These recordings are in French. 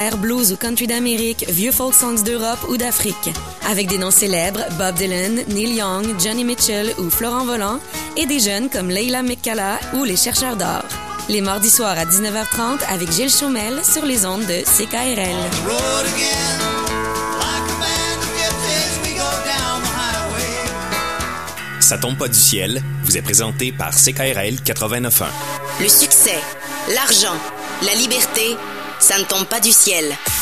air blues ou country d'Amérique, vieux folk songs d'Europe ou d'Afrique. Avec des noms célèbres, Bob Dylan, Neil Young, Johnny Mitchell ou Florent Volant, et des jeunes comme Leila McCalla ou les Chercheurs d'or. Les mardis soirs à 19h30 avec Gilles Chaumel sur les ondes de CKRL. Ça tombe pas du ciel vous est présenté par CKRL 89.1. Le succès, l'argent, la liberté, ça ne tombe pas du ciel.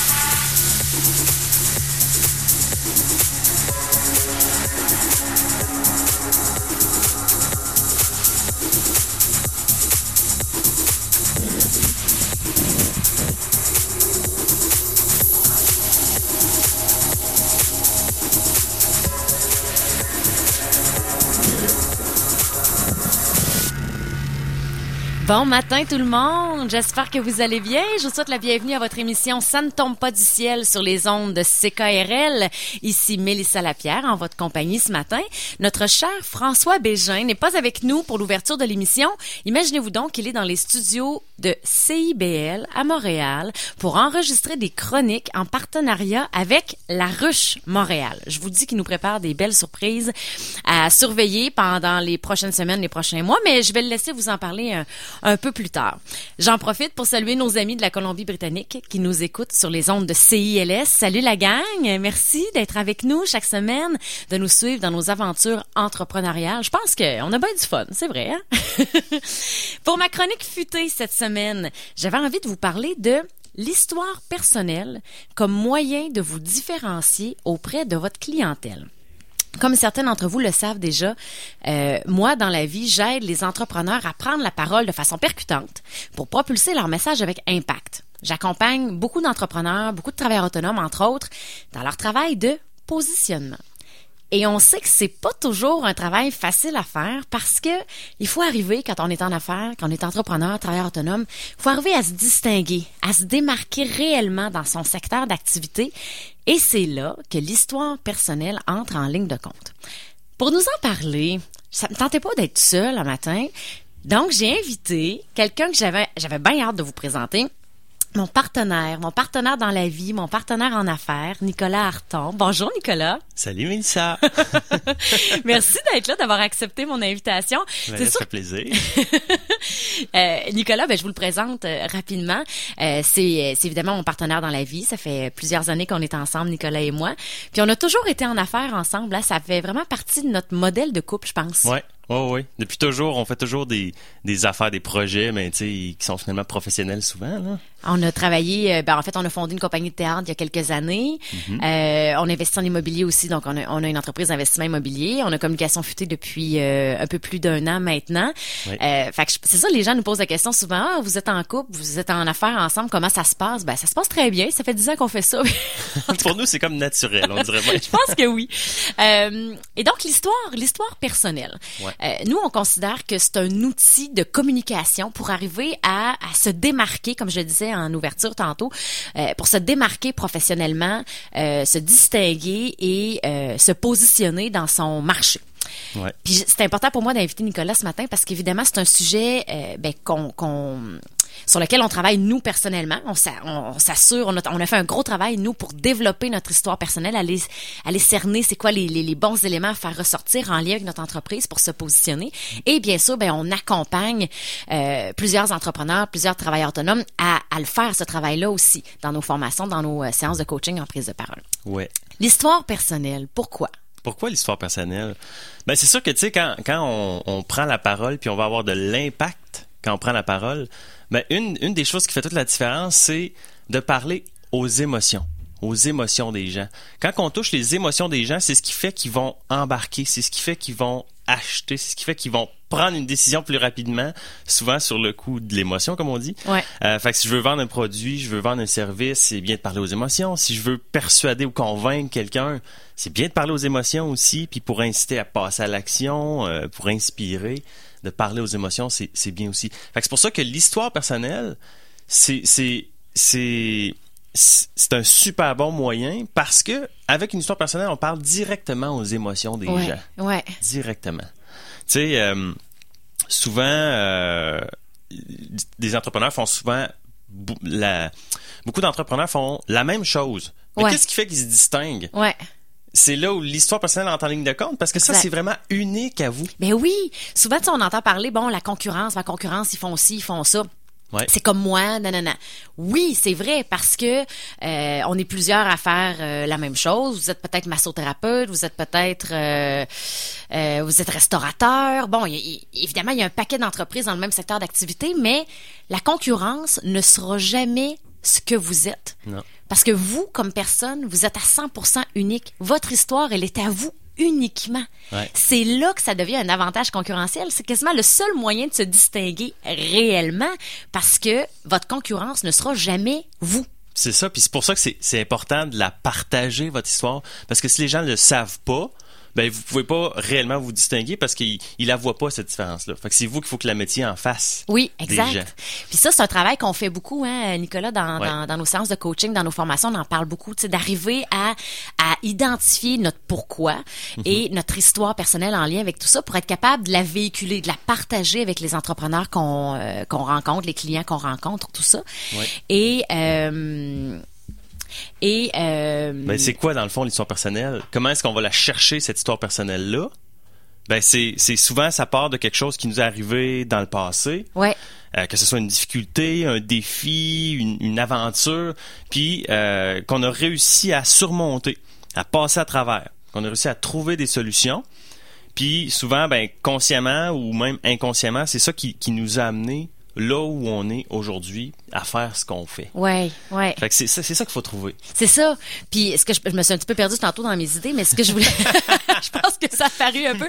Bon matin tout le monde, j'espère que vous allez bien. Je vous souhaite la bienvenue à votre émission Ça ne tombe pas du ciel sur les ondes de CKRL. Ici Mélissa Lapierre en votre compagnie ce matin. Notre cher François Bégin n'est pas avec nous pour l'ouverture de l'émission. Imaginez-vous donc qu'il est dans les studios de CIBL à Montréal pour enregistrer des chroniques en partenariat avec La Ruche Montréal. Je vous dis qu'il nous prépare des belles surprises à surveiller pendant les prochaines semaines, les prochains mois, mais je vais le laisser vous en parler un peu plus tard. J'en profite pour saluer nos amis de la Colombie-Britannique qui nous écoutent sur les ondes de CILS. Salut la gang! Merci d'être avec nous chaque semaine, de nous suivre dans nos aventures entrepreneuriales. Je pense qu'on a bien du fun, c'est vrai, hein? Pour ma chronique futée cette semaine, j'avais envie de vous parler de l'histoire personnelle comme moyen de vous différencier auprès de votre clientèle. Comme certains d'entre vous le savent déjà, moi, dans la vie, j'aide les entrepreneurs à prendre la parole de façon percutante pour propulser leur message avec impact. J'accompagne beaucoup d'entrepreneurs, beaucoup de travailleurs autonomes, entre autres, dans leur travail de positionnement. Et on sait que c'est pas toujours un travail facile à faire parce que il faut arriver, quand on est en affaires, quand on est entrepreneur, travailleur autonome, il faut arriver à se distinguer, à se démarquer réellement dans son secteur d'activité. Et c'est là que l'histoire personnelle entre en ligne de compte. Pour nous en parler, ça me tentait pas d'être seule un matin, donc j'ai invité quelqu'un que j'avais bien hâte de vous présenter. Mon partenaire dans la vie, mon partenaire en affaires, Nicolas Harton. Bonjour Nicolas. Salut Mélissa. Merci d'être là, d'avoir accepté mon invitation. Ça fait plaisir. Nicolas, je vous le présente rapidement. C'est évidemment mon partenaire dans la vie. Ça fait plusieurs années qu'on est ensemble, Nicolas et moi. Puis on a toujours été en affaires ensemble. Là, ça fait vraiment partie de notre modèle de couple, je pense. Ouais. Oh oui. Depuis toujours, on fait toujours des affaires, des projets, mais tu sais, qui sont finalement professionnels souvent, là. On a travaillé, en fait, on a fondé une compagnie de théâtre il y a quelques années. Mm-hmm. On investit en immobilier aussi, donc on a une entreprise d'investissement immobilier. On a Communication Futée depuis un peu plus d'un an maintenant. Oui. Fait que c'est ça, les gens nous posent la question souvent, vous êtes en couple, vous êtes en affaires ensemble, comment ça se passe? Ça se passe très bien, ça fait 10 ans qu'on fait ça. Pour nous, c'est comme naturel, on dirait bien. Je pense que oui. Et donc, l'histoire personnelle. Ouais. Nous, on considère que c'est un outil de communication pour arriver à se démarquer, comme je le disais en ouverture tantôt, pour se démarquer professionnellement, se distinguer et se positionner dans son marché. Ouais. Puis c'est important pour moi d'inviter Nicolas ce matin parce qu'évidemment, c'est un sujet sur lequel on travaille nous personnellement. On s'assure, on a fait un gros travail nous pour développer notre histoire personnelle, aller cerner c'est quoi les bons éléments à faire ressortir en lien avec notre entreprise pour se positionner. Et bien sûr, on accompagne plusieurs entrepreneurs, plusieurs travailleurs autonomes à le faire ce travail-là aussi dans nos formations, dans nos séances de coaching en prise de parole. Ouais. L'histoire personnelle, pourquoi? Pourquoi l'histoire personnelle? C'est sûr que tu sais quand on prend la parole puis on va avoir de l'impact quand on prend la parole, une des choses qui fait toute la différence, c'est de parler aux émotions des gens. Quand on touche les émotions des gens, c'est ce qui fait qu'ils vont embarquer, c'est ce qui fait qu'ils vont acheter, c'est ce qui fait qu'ils vont prendre une décision plus rapidement, souvent sur le coup de l'émotion, comme on dit. Ouais. Fait que si je veux vendre un produit, je veux vendre un service, c'est bien de parler aux émotions. Si je veux persuader ou convaincre quelqu'un, c'est bien de parler aux émotions aussi, puis pour inciter à passer à l'action, pour inspirer, de parler aux émotions, c'est bien aussi. Fait que c'est pour ça que l'histoire personnelle, c'est un super bon moyen parce que avec une histoire personnelle, on parle directement aux émotions des gens. Ouais. Directement. Tu sais, souvent, des entrepreneurs font souvent beaucoup d'entrepreneurs font la même chose. Mais qu'est-ce qui fait qu'ils se distinguent? Ouais. C'est là où l'histoire personnelle entre en ligne de compte, parce que ça, c'est vraiment unique à vous. Ben oui. Souvent, on entend parler, ma concurrence, ils font ci, ils font ça. Ouais. C'est comme moi, nanana. Oui, c'est vrai, parce que on est plusieurs à faire la même chose. Vous êtes peut-être massothérapeute, vous êtes peut-être vous êtes restaurateur. Bon, évidemment, il y a un paquet d'entreprises dans le même secteur d'activité, mais la concurrence ne sera jamais ce que vous êtes. Non. Parce que vous, comme personne, vous êtes à 100% unique. Votre histoire, elle est à vous uniquement. Ouais. C'est là que ça devient un avantage concurrentiel. C'est quasiment le seul moyen de se distinguer réellement parce que votre concurrence ne sera jamais vous. C'est ça, puis c'est pour ça que c'est important de la partager, votre histoire, parce que si les gens ne le savent pas, ben vous pouvez pas réellement vous distinguer parce qu'ils la voient pas, cette différence-là. Fait que c'est vous qu'il faut que la mettiez en face. Oui, exact. Des gens. Puis ça, c'est un travail qu'on fait beaucoup, Nicolas, dans nos séances de coaching, dans nos formations, on en parle beaucoup, tu sais, d'arriver à identifier notre pourquoi et notre histoire personnelle en lien avec tout ça pour être capable de la véhiculer, de la partager avec les entrepreneurs qu'on rencontre, les clients qu'on rencontre, tout ça. Ouais. Ben, c'est quoi, dans le fond, l'histoire personnelle? Comment est-ce qu'on va la chercher, cette histoire personnelle-là? Ben, c'est souvent, ça part de quelque chose qui nous est arrivé dans le passé. Ouais. Que ce soit une difficulté, un défi, une aventure, puis qu'on a réussi à surmonter, à passer à travers, qu'on a réussi à trouver des solutions. Puis souvent, ben, consciemment ou même inconsciemment, c'est ça qui nous a amenés là où on est aujourd'hui à faire ce qu'on fait. Ouais. Fait que c'est ça qu'il faut trouver. C'est ça. Puis est-ce que je me suis un petit peu perdue tantôt dans mes idées, mais ce que je voulais je pense que ça a paru un peu.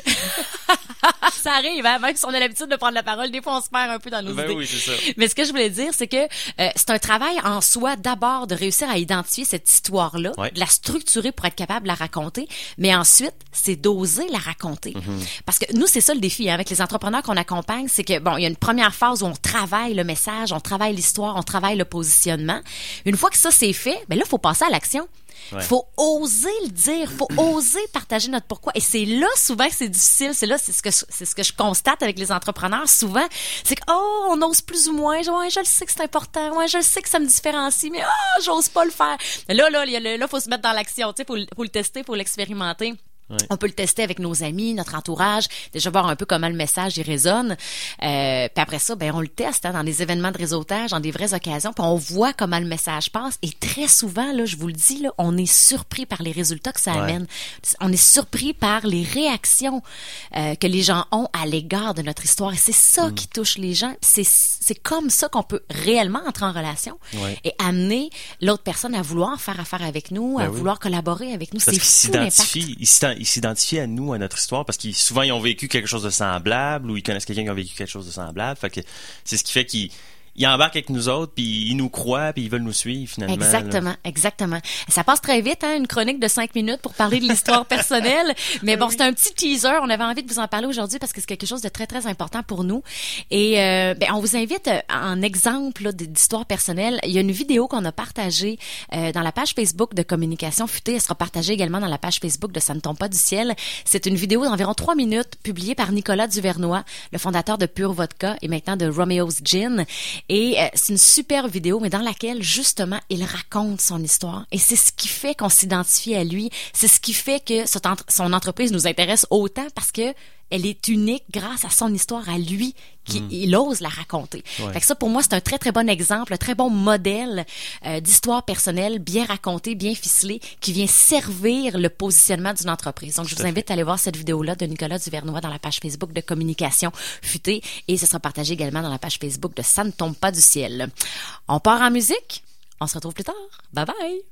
Ça arrive, hein? Même si on a l'habitude de prendre la parole, des fois on se perd un peu dans nos idées. Oui, c'est ça. Mais ce que je voulais dire, c'est que c'est un travail en soi d'abord de réussir à identifier cette histoire-là, de la structurer pour être capable de la raconter, mais ensuite, c'est d'oser la raconter. Parce que nous, c'est ça le défi, hein, avec les entrepreneurs qu'on accompagne, c'est que il y a une première phase où on travaille le message, on travaille l'histoire, on travaille le positionnement. Une fois que ça c'est fait, ben là, il faut passer à l'action. Il faut oser le dire, faut oser partager notre pourquoi. Et c'est là souvent que c'est difficile. C'est ce que je constate avec les entrepreneurs souvent. C'est que on ose plus ou moins. Je le sais que c'est important. Ouais, je le sais que ça me différencie, mais j'ose pas le faire. Là, faut se mettre dans l'action. Tu sais, faut le tester, faut l'expérimenter. Ouais. On peut le tester avec nos amis, notre entourage, déjà voir un peu comment le message y résonne. Puis après ça, ben on le teste dans des événements de réseautage, dans des vraies occasions, puis on voit comment le message passe. Et très souvent, là, je vous le dis, là, on est surpris par les résultats que ça amène. On est surpris par les réactions que les gens ont à l'égard de notre histoire. Et c'est ça qui touche les gens. C'est comme ça qu'on peut réellement entrer en relation et amener l'autre personne à vouloir faire affaire avec nous, à vouloir collaborer avec nous. Parce c'est fou l'impact. Ils s'identifient à nous, à notre histoire, parce qu'ils souvent ils ont vécu quelque chose de semblable ou ils connaissent quelqu'un qui a vécu quelque chose de semblable. Fait que c'est ce qui fait qu'ils embarquent avec nous autres, puis ils nous croient, puis ils veulent nous suivre finalement. Exactement. Ça passe très vite, hein, une chronique de 5 minutes pour parler de l'histoire personnelle. Mais bon, c'est un petit teaser. On avait envie de vous en parler aujourd'hui parce que c'est quelque chose de très, très important pour nous. Et on vous invite en exemple là, d'histoire personnelle. Il y a une vidéo qu'on a partagée dans la page Facebook de Communication Futée. Elle sera partagée également dans la page Facebook de Ça ne tombe pas du ciel. C'est une vidéo d'environ 3 minutes publiée par Nicolas Duvernois, le fondateur de Pure Vodka et maintenant de Romeo's Gin. Et c'est une super vidéo, mais dans laquelle, justement, il raconte son histoire. Et c'est ce qui fait qu'on s'identifie à lui. C'est ce qui fait que son entreprise nous intéresse autant parce que elle est unique grâce à son histoire à lui, il ose la raconter. Fait que ça, pour moi, c'est un très, très bon exemple, un très bon modèle d'histoire personnelle, bien racontée, bien ficelée, qui vient servir le positionnement d'une entreprise. Donc, je vous invite à aller voir cette vidéo-là de Nicolas Duvernois dans la page Facebook de Communication Futée et ce sera partagé également dans la page Facebook de Ça ne tombe pas du ciel. On part en musique. On se retrouve plus tard. Bye bye!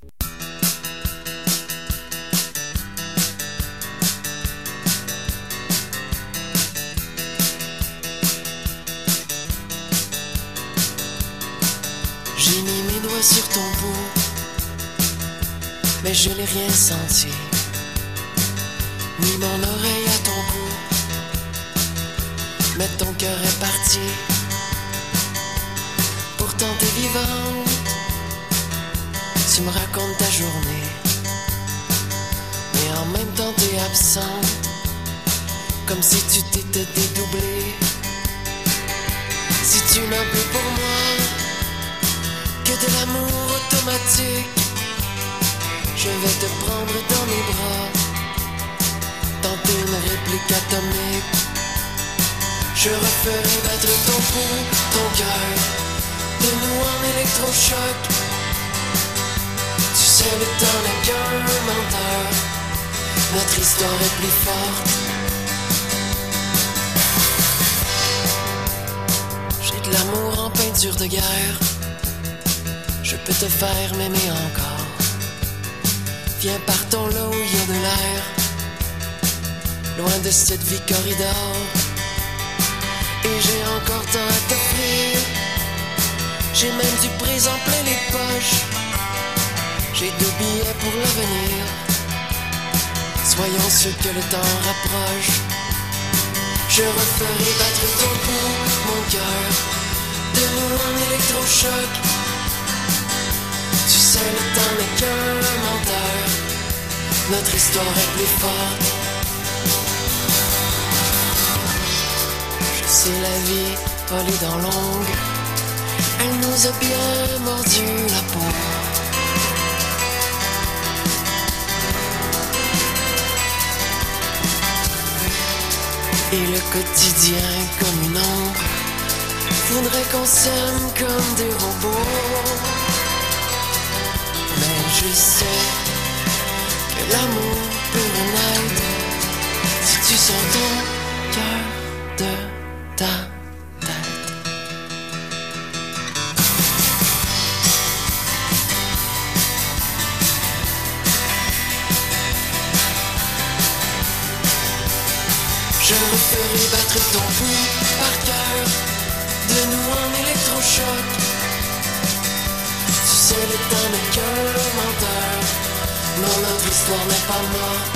J'ai mis mes doigts sur ton pouls, mais je n'ai rien senti. Mis mon oreille à ton cou, mais ton cœur est parti. Pourtant t'es vivante, tu me racontes ta journée, mais en même temps t'es absente, comme si tu t'étais dédoublée. Si tu n'as plus pour moi que de l'amour automatique. Je vais te prendre dans mes bras, tenter une réplique atomique. Je referai battre ton pouls, ton cœur, de nous en électrochoc. Tu sais, le temps n'est qu'un menteur, notre histoire est plus forte. J'ai de l'amour en peinture de guerre, je peux te faire m'aimer encore. Viens, partons là où il y a de l'air, loin de cette vie corridor. Et j'ai encore tant à t'offrir, j'ai même du présent plein les poches. J'ai 2 billets pour l'avenir, soyons sûrs que le temps rapproche. Je referai battre ton pouls, mon cœur, de nous en électrochoc. Tu sais, le temps n'est qu'un menteur, notre histoire est plus forte. Je sais, la vie, pas les dents longues, elle nous a bien mordu la peau. Et le quotidien comme une ombre voudrait qu'on s'aime comme des robots. Mais je sais que l'amour peut renaître si tu sens ton cœur de ta tête. Je referai battre ton pouls par cœur, de nous en électrochoc. Tu sais, le temps n'est qu'un menteur, non, notre histoire n'est pas morte.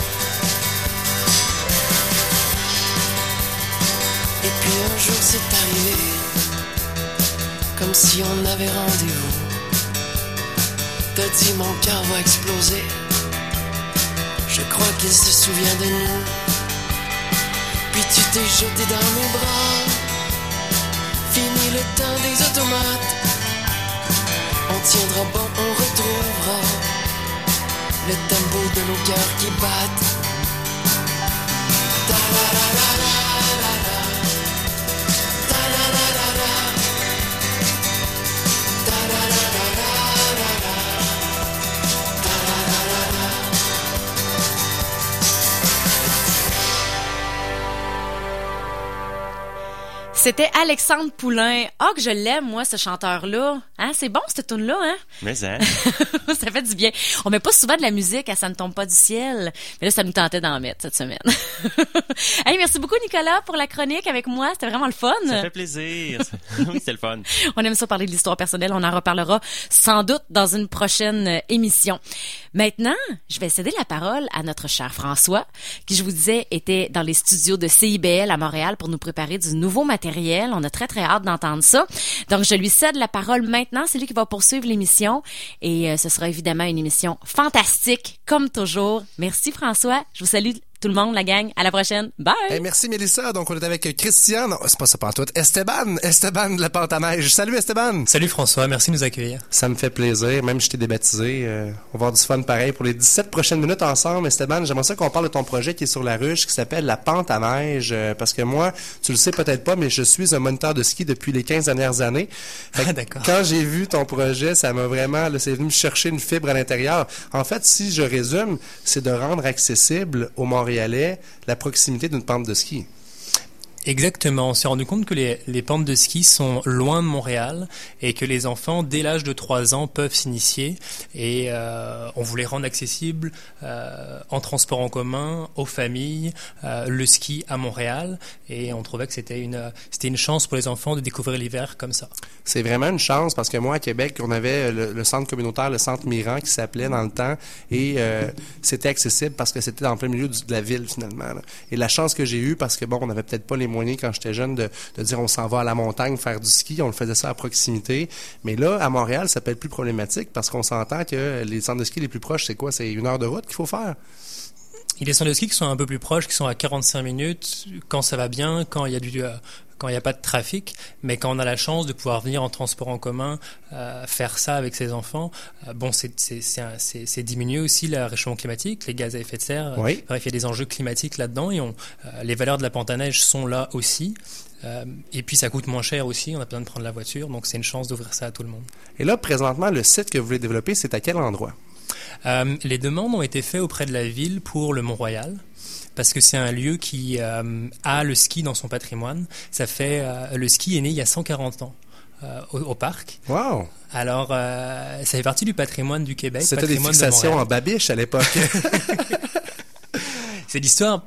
Et puis un jour c'est arrivé, comme si on avait rendez-vous. T'as dit mon cœur va exploser, je crois qu'il se souvient de nous. Puis tu t'es jeté dans mes bras, fini le temps des automates. On tiendra bon, on retrouvera le tempo de nos cœurs qui battent. Ta-la-la-la-la-la-la, ta-la-la-la-la, ta-la-la-la-la-la-la, ta-la-la-la-la. C'était Alexandre Poulain. Ah, que je l'aime, moi, ce chanteur-là. Hein, c'est bon, cette tune-là, hein? Mais hein? Ça fait du bien. On met pas souvent de la musique à Ça ne tombe pas du ciel. Mais là, ça nous tentait d'en mettre cette semaine. Hey, merci beaucoup, Nicolas, pour la chronique avec moi. C'était vraiment le fun. Ça fait plaisir. Oui, c'était le fun. On aime ça parler de l'histoire personnelle. On en reparlera sans doute dans une prochaine émission. Maintenant, je vais céder la parole à notre cher François, qui, je vous disais, était dans les studios de CIBL à Montréal pour nous préparer du nouveau matériel. On a très, très hâte d'entendre ça. Donc, je lui cède la parole maintenant. C'est lui qui va poursuivre l'émission. Et ce sera évidemment une émission fantastique, comme toujours. Merci, François. Je vous salue tout le monde, la gang. À la prochaine. Bye! Hey, merci, Mélissa. Donc, on est avec Christian. Non, c'est pas ça pantoute. Esteban de la Pente à Neige. Salut, Esteban. Salut François, merci de nous accueillir. Ça me fait plaisir. Même si je t'ai débaptisé, on va avoir du fun pareil pour les 17 prochaines minutes ensemble. Esteban, j'aimerais ça qu'on parle de ton projet qui est sur la ruche, qui s'appelle la Pente à Neige. Parce que moi, tu le sais peut-être pas, mais je suis un moniteur de ski depuis les 15 dernières années. Ah, d'accord. Quand j'ai vu ton projet, ça m'a vraiment, là, c'est venu me chercher une fibre à l'intérieur. En fait, si je résume, c'est de rendre accessible aux Montréalais la proximité d'une pente de ski. Exactement, on s'est rendu compte que les pentes de ski sont loin de Montréal et que les enfants, dès l'âge de 3 ans, peuvent s'initier et on voulait rendre accessible en transport en commun, aux familles, le ski à Montréal et on trouvait que c'était une chance pour les enfants de découvrir l'hiver comme ça. C'est vraiment une chance parce que moi, à Québec, on avait le centre communautaire, le centre Miran qui s'appelait dans le temps et c'était accessible parce que c'était en plein milieu de la ville finalement. Là. Et la chance que j'ai eue parce que bon, on n'avait peut-être pas les moyens quand j'étais jeune de dire on s'en va à la montagne faire du ski, on le faisait ça à proximité. Mais là, à Montréal, ça peut être plus problématique parce qu'on s'entend que les centres de ski les plus proches, c'est quoi? C'est 1 heure de route qu'il faut faire? Il y a des centres de ski qui sont un peu plus proches, qui sont à 45 minutes, quand ça va bien, quand il y a quand il n'y a pas de trafic, mais quand on a la chance de pouvoir venir en transport en commun, faire ça avec ses enfants, c'est diminuer aussi le réchauffement climatique, les gaz à effet de serre. Oui. Bref, il y a des enjeux climatiques là-dedans et les valeurs de la pente à neige sont là aussi. Et puis ça coûte moins cher aussi, on a besoin de prendre la voiture, donc c'est une chance d'ouvrir ça à tout le monde. Et là, présentement, le site que vous voulez développer, c'est à quel endroit? Les demandes ont été faites auprès de la ville pour le Mont-Royal, parce que c'est un lieu qui a le ski dans son patrimoine. Le ski est né il y a 140 ans au parc. Wow! Alors, ça fait partie du patrimoine du Québec. C'était des fixations en babiche à l'époque. L'histoire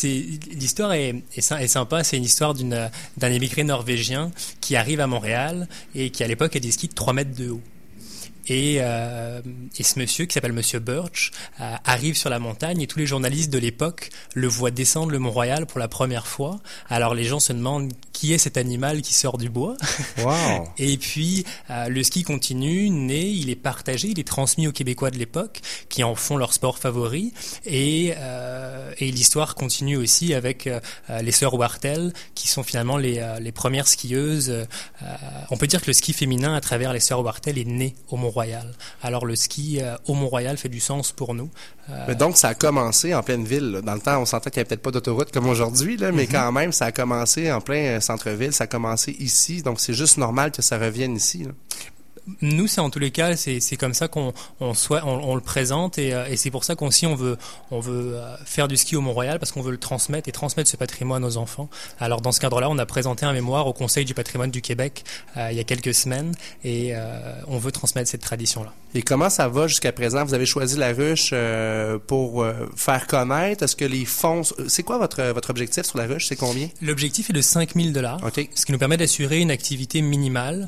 est sympa. C'est une histoire d'un émigré norvégien qui arrive à Montréal et qui à l'époque a des skis de 3 mètres de haut. Et ce monsieur, qui s'appelle Monsieur Birch, arrive sur la montagne et tous les journalistes de l'époque le voient descendre le Mont-Royal pour la première fois. Alors les gens se demandent qui est cet animal qui sort du bois. Wow. Et puis le ski continue, il est partagé, il est transmis aux Québécois de l'époque qui en font leur sport favori. Et l'histoire continue aussi avec les sœurs Wartel qui sont finalement les premières skieuses. On peut dire que le ski féminin à travers les sœurs Wartel est né au Mont-Royal. Alors le ski au Mont-Royal fait du sens pour nous. Mais donc ça a commencé en pleine ville, là. Dans le temps, on s'entend qu'il n'y avait peut-être pas d'autoroute comme aujourd'hui, là, mais quand même, ça a commencé en plein centre-ville, ça a commencé ici, donc c'est juste normal que ça revienne ici, là. Nous, c'est en tous les cas, c'est comme ça qu'on le présente et c'est pour ça qu'on veut faire du ski au Mont-Royal parce qu'on veut le transmettre et transmettre ce patrimoine aux enfants. Alors dans ce cadre-là, on a présenté un mémoire au Conseil du patrimoine du Québec il y a quelques semaines et on veut transmettre cette tradition-là. Et comment ça va jusqu'à présent? Vous avez choisi la ruche pour faire connaître. Est-ce que les fonds... C'est quoi votre objectif sur la ruche? C'est combien? L'objectif est de 5 000 $, OK. Ce qui nous permet d'assurer une activité minimale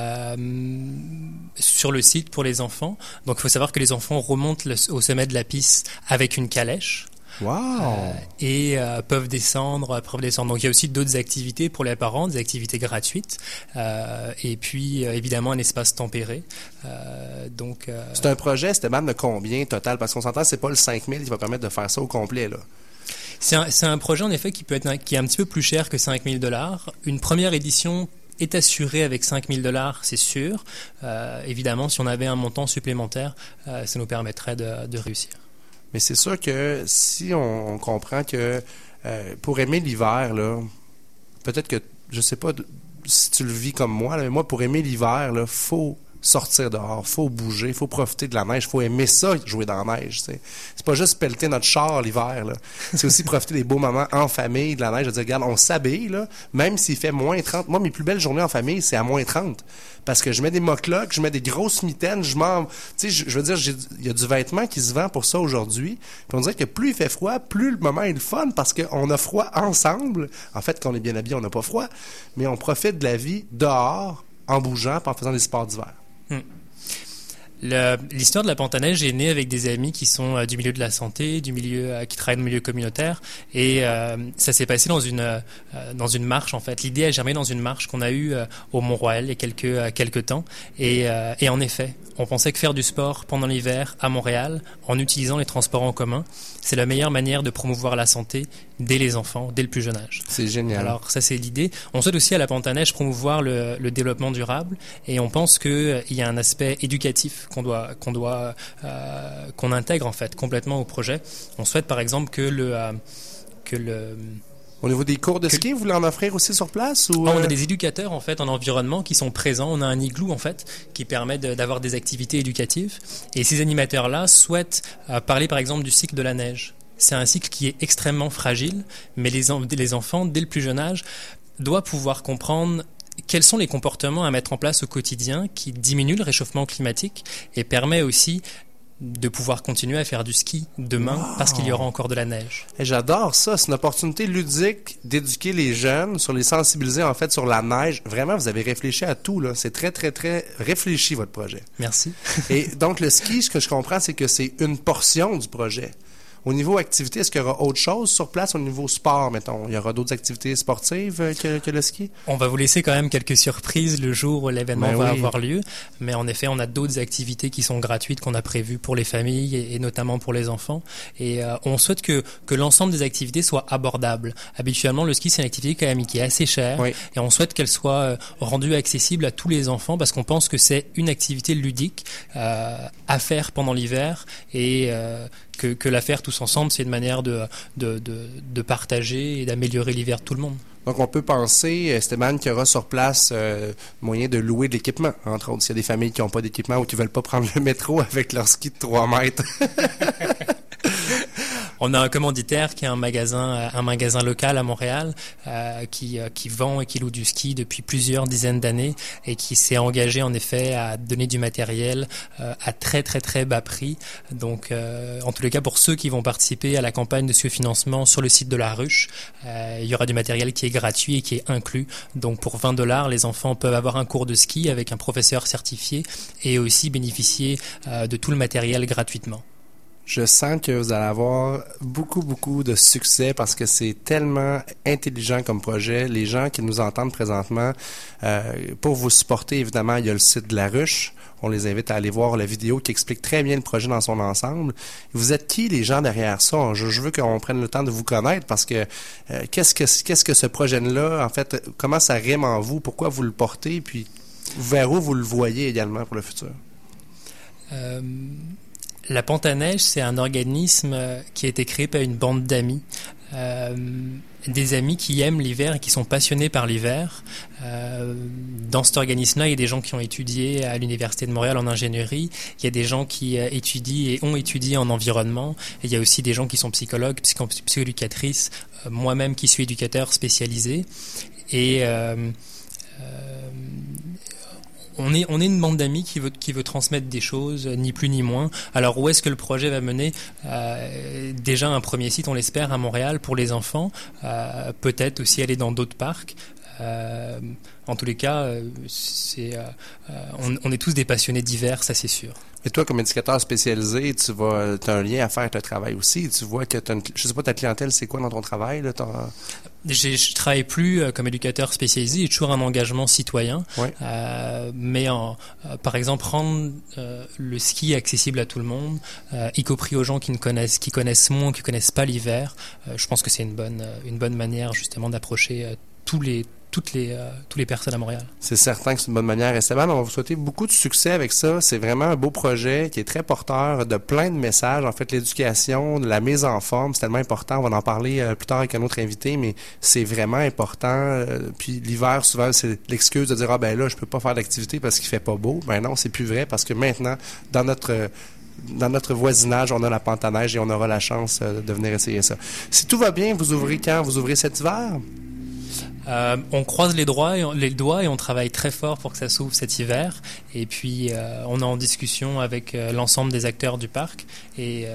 sur le site pour les enfants. Donc il faut savoir que les enfants remontent au sommet de la piste avec une calèche. Wow! Et peuvent descendre. Donc il y a aussi d'autres activités pour les parents, des activités gratuites. Et puis évidemment un espace tempéré. C'est un projet, Esteban, de combien total? Parce qu'on s'entend, c'est pas le 5 000 qui va permettre de faire ça au complet, là. C'est un projet en effet qui est un petit peu plus cher que 5 000 $. Une première édition est assurée avec 5 000 $, c'est sûr. Évidemment, si on avait un montant supplémentaire, ça nous permettrait de réussir. Mais c'est sûr que si on comprend que pour aimer l'hiver, là, peut-être que, je sais pas si tu le vis comme moi, là, mais moi, pour aimer l'hiver, là, faut sortir dehors, faut bouger, faut profiter de la neige, faut aimer ça, jouer dans la neige. T'sais. C'est pas juste pelleter notre char l'hiver, là. C'est aussi profiter des beaux moments en famille, de la neige, de dire, regarde, on s'habille, là, même s'il fait moins 30. Moi, mes plus belles journées en famille, c'est à moins 30. Parce que je mets des mock-locks, je mets des grosses mitaines, tu sais, je veux dire, il y a du vêtement qui se vend pour ça aujourd'hui. Puis on dirait que plus il fait froid, plus le moment est le fun parce qu'on a froid ensemble. En fait, quand on est bien habillé, on n'a pas froid. Mais on profite de la vie dehors, en bougeant, puis en faisant des sports d'hiver. L'histoire de la pente à neige est née avec des amis qui sont du milieu de la santé, qui travaillent dans le milieu communautaire, et ça s'est passé dans une marche en fait. L'idée a germé dans une marche qu'on a eue au Mont-Royal il y a quelques temps, et en effet, on pensait que faire du sport pendant l'hiver à Montréal, en utilisant les transports en commun, c'est la meilleure manière de promouvoir la santé dès les enfants, dès le plus jeune âge. C'est génial. Alors ça c'est l'idée. On souhaite aussi à la pente à neige promouvoir le développement durable, et on pense qu'il y a un aspect éducatif qu'on intègre en fait complètement au projet. On souhaite par exemple Au niveau des cours de ski, vous voulez en offrir aussi sur place ou On a des éducateurs en fait en environnement qui sont présents. On a un igloo en fait qui permet d'avoir des activités éducatives. Et ces animateurs-là souhaitent parler par exemple du cycle de la neige. C'est un cycle qui est extrêmement fragile, mais les enfants dès le plus jeune âge doivent pouvoir comprendre quels sont les comportements à mettre en place au quotidien qui diminuent le réchauffement climatique et permet aussi de pouvoir continuer à faire du ski demain parce qu'il y aura encore de la neige. Et j'adore ça. C'est une opportunité ludique d'éduquer les jeunes, sur les sensibiliser en fait sur la neige. Vraiment, vous avez réfléchi à tout, là. C'est très, très, très réfléchi, votre projet. Merci. Et donc, le ski, ce que je comprends, c'est que c'est une portion du projet. Au niveau activité, est-ce qu'il y aura autre chose sur place au niveau sport, mettons? Il y aura d'autres activités sportives que le ski? On va vous laisser quand même quelques surprises le jour où l'événement va avoir lieu. Mais en effet, on a d'autres activités qui sont gratuites qu'on a prévues pour les familles et notamment pour les enfants. Et on souhaite que l'ensemble des activités soient abordables. Habituellement, le ski, c'est une activité quand même qui est assez chère. Oui. Et on souhaite qu'elle soit rendue accessible à tous les enfants parce qu'on pense que c'est une activité ludique à faire pendant l'hiver et que la faire tous ensemble, c'est une manière de partager et d'améliorer l'hiver de tout le monde. Donc, on peut penser, Esteban, qu'il y aura sur place moyen de louer de l'équipement, entre autres, s'il y a des familles qui n'ont pas d'équipement ou qui ne veulent pas prendre le métro avec leur ski de 3 mètres. On a un commanditaire qui a un magasin local à Montréal qui vend et qui loue du ski depuis plusieurs dizaines d'années et qui s'est engagé en effet à donner du matériel à très très très bas prix. Donc en tous les cas pour ceux qui vont participer à la campagne de financement sur le site de la Ruche, il y aura du matériel qui est gratuit et qui est inclus. Donc pour $20, les enfants peuvent avoir un cours de ski avec un professeur certifié et aussi bénéficier de tout le matériel gratuitement. Je sens que vous allez avoir beaucoup de succès parce que c'est tellement intelligent comme projet. Les gens qui nous entendent présentement, pour vous supporter, évidemment, il y a le site de la Ruche. On les invite à aller voir la vidéo qui explique très bien le projet dans son ensemble. Vous êtes qui, les gens derrière ça? Je veux qu'on prenne le temps de vous connaître parce que qu'est-ce que ce projet-là, en fait, comment ça rime en vous? Pourquoi vous le portez? Puis vers où vous le voyez également pour le futur? La Pente à Neige, c'est un organisme qui a été créé par une bande d'amis. Des amis qui aiment l'hiver et qui sont passionnés par l'hiver. Dans cet organisme-là, il y a des gens qui ont étudié à l'Université de Montréal en ingénierie. Il y a des gens qui étudient et ont étudié en environnement. Et il y a aussi des gens qui sont psychologues, psychoéducatrices. Moi-même qui suis éducateur spécialisé. Et on est une bande d'amis qui veut transmettre des choses, ni plus ni moins. Alors où est-ce que le projet va mener? Déjà un premier site, on l'espère, à Montréal pour les enfants. Peut-être aussi aller dans d'autres parcs. En tous les cas, on est tous des passionnés d'hiver, ça c'est sûr. Et toi, comme éducateur spécialisé, tu as un lien à faire avec le travail aussi. Tu vois que je sais pas, ta clientèle, c'est quoi dans ton travail, là? Je travaille plus comme éducateur spécialisé, j'ai toujours un engagement citoyen. Oui. Mais par exemple, rendre le ski accessible à tout le monde, y compris aux gens qui connaissent moins, qui connaissent pas l'hiver, je pense que c'est une bonne manière justement d'approcher toutes les personnes à Montréal. C'est certain que c'est une bonne manière. Esteban, on va vous souhaiter beaucoup de succès avec ça. C'est vraiment un beau projet qui est très porteur de plein de messages. En fait, l'éducation, la mise en forme, c'est tellement important. On va en parler plus tard avec un autre invité, mais c'est vraiment important. Puis l'hiver, souvent, c'est l'excuse de dire « Ah ben là, je peux pas faire d'activité parce qu'il fait pas beau. » Ben non, c'est plus vrai parce que maintenant, dans notre voisinage, on a la Pente à Neige et on aura la chance de venir essayer ça. Si tout va bien, vous ouvrez quand? Vous ouvrez cet hiver? On croise les doigts et on travaille très fort pour que ça s'ouvre cet hiver. Et puis, on est en discussion avec l'ensemble des acteurs du parc. Et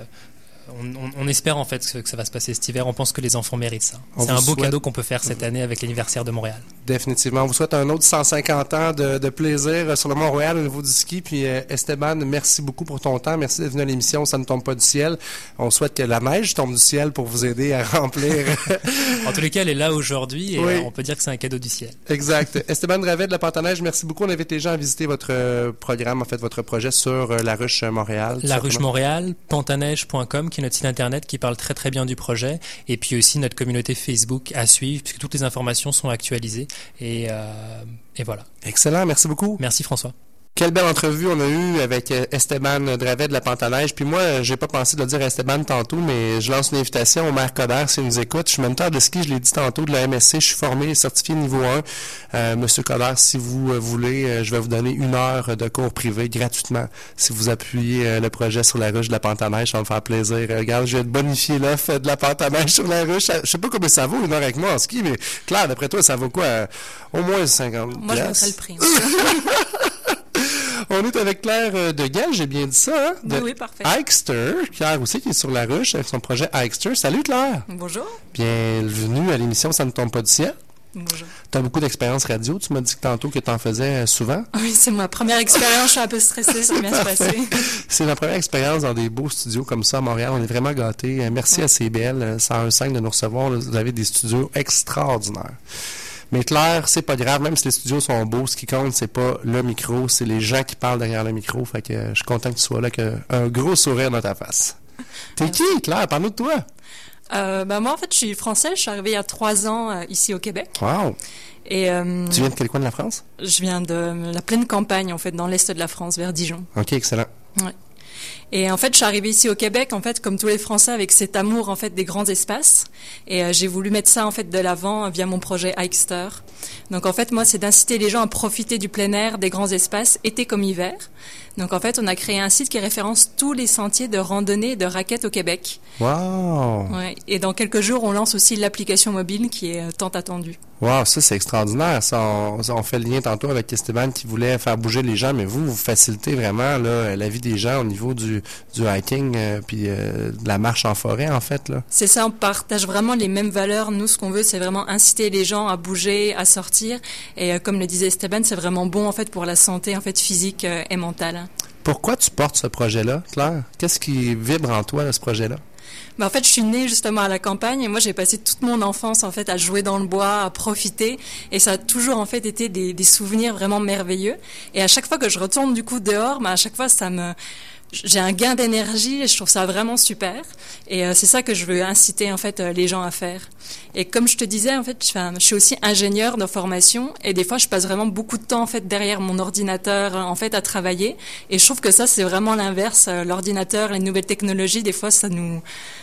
on espère en fait que ça va se passer cet hiver. On pense que les enfants méritent ça. C'est un beau cadeau qu'on peut faire cette année avec l'anniversaire de Montréal. Définitivement. On vous souhaite un autre 150 ans de plaisir sur le Mont-Royal au niveau du ski. Puis Esteban, merci beaucoup pour ton temps. Merci d'être venu à l'émission Ça ne tombe pas du ciel. On souhaite que la neige tombe du ciel pour vous aider à remplir. En tous les cas, elle est là aujourd'hui et oui. On peut dire que c'est un cadeau du ciel. Exact. Esteban Dravet de la Pente à Neige, merci beaucoup. On invite les gens à visiter votre programme, en fait, votre projet sur la Ruche Montréal. La Ruche Montréal, penteaneige.com, qui est notre site internet qui parle très très bien du projet, et puis aussi notre communauté Facebook à suivre puisque toutes les informations sont actualisées et voilà. Excellent, merci beaucoup. Merci François. Quelle belle entrevue on a eue avec Esteban Dravet de la Pente à Neige. Puis moi, j'ai pas pensé de le dire à Esteban tantôt, mais je lance une invitation au maire Coderre s'il nous écoute. Je suis moniteur de ski, je l'ai dit tantôt, de la MSC. Je suis formé et certifié niveau 1. Monsieur Coderre, si vous voulez, je vais vous donner 1 heure de cours privé gratuitement. Si vous appuyez le projet sur la ruche de la Pente à Neige, ça va me faire plaisir. Regarde, je vais te bonifier l'offre de la Pente à Neige sur la ruche. Je sais pas combien ça vaut 1 heure avec moi en ski, mais Claire, d'après toi, ça vaut quoi? Au moins 50$. Moi, je mettrais le prix. On est avec Claire de Gall, j'ai bien dit ça, hein? Oui, parfait. Ikester, Claire aussi qui est sur la ruche avec son projet Ikester. Salut Claire! Bonjour! Bienvenue à l'émission Ça ne tombe pas du ciel. Bonjour. Tu as beaucoup d'expérience radio. Tu m'as dit tantôt que tu en faisais souvent. Oui, c'est ma première expérience. Je suis un peu stressée, ça va bien se passer. C'est ma première expérience dans des beaux studios comme ça à Montréal. On est vraiment gâtés. Merci à CBL 101.5 de nous recevoir. Vous avez des studios extraordinaires. Mais Claire, c'est pas grave, même si les studios sont beaux, ce qui compte, c'est pas le micro, c'est les gens qui parlent derrière le micro. Fait que je suis content que tu sois là, un gros sourire dans ta face. T'es qui, Claire? Parle-nous de toi. Moi, en fait, je suis française. Je suis arrivée il y a 3 ans ici au Québec. Wow! Et, tu viens de quel coin de la France? Je viens de la pleine campagne, en fait, dans l'est de la France, vers Dijon. OK, excellent. Ouais. Et en fait, je suis arrivée ici au Québec, en fait, comme tous les Français, avec cet amour, en fait, des grands espaces. Et j'ai voulu mettre ça, en fait, de l'avant via mon projet Hikester. Donc, en fait, moi, c'est d'inciter les gens à profiter du plein air, des grands espaces, été comme hiver. Donc, en fait, on a créé un site qui référence tous les sentiers de randonnée et de raquettes au Québec. Wow! Ouais. Et dans quelques jours, on lance aussi l'application mobile qui est tant attendue. Wow, ça, c'est extraordinaire. Ça, on fait le lien tantôt avec Esteban qui voulait faire bouger les gens, mais vous facilitez vraiment là, la vie des gens au niveau du hiking puis de la marche en forêt, en fait, là. C'est ça, on partage vraiment les mêmes valeurs. Nous, ce qu'on veut, c'est vraiment inciter les gens à bouger, à sortir. Et comme le disait Esteban, c'est vraiment bon, en fait, pour la santé, en fait, physique et mentale. Pourquoi tu portes ce projet-là, Claire? Qu'est-ce qui vibre en toi, ce projet-là? En fait, je suis née justement à la campagne et moi, j'ai passé toute mon enfance, en fait, à jouer dans le bois, à profiter. Et ça a toujours, en fait, été des souvenirs vraiment merveilleux. Et à chaque fois que je retourne, du coup, dehors, à chaque fois, j'ai un gain d'énergie et je trouve ça vraiment super. Et c'est ça que je veux inciter, en fait, les gens à faire. Et comme je te disais, en fait, je suis aussi ingénieure de formation et des fois, je passe vraiment beaucoup de temps, en fait, derrière mon ordinateur, en fait, à travailler. Et je trouve que ça, c'est vraiment l'inverse. L'ordinateur, les nouvelles technologies, des fois, ça nous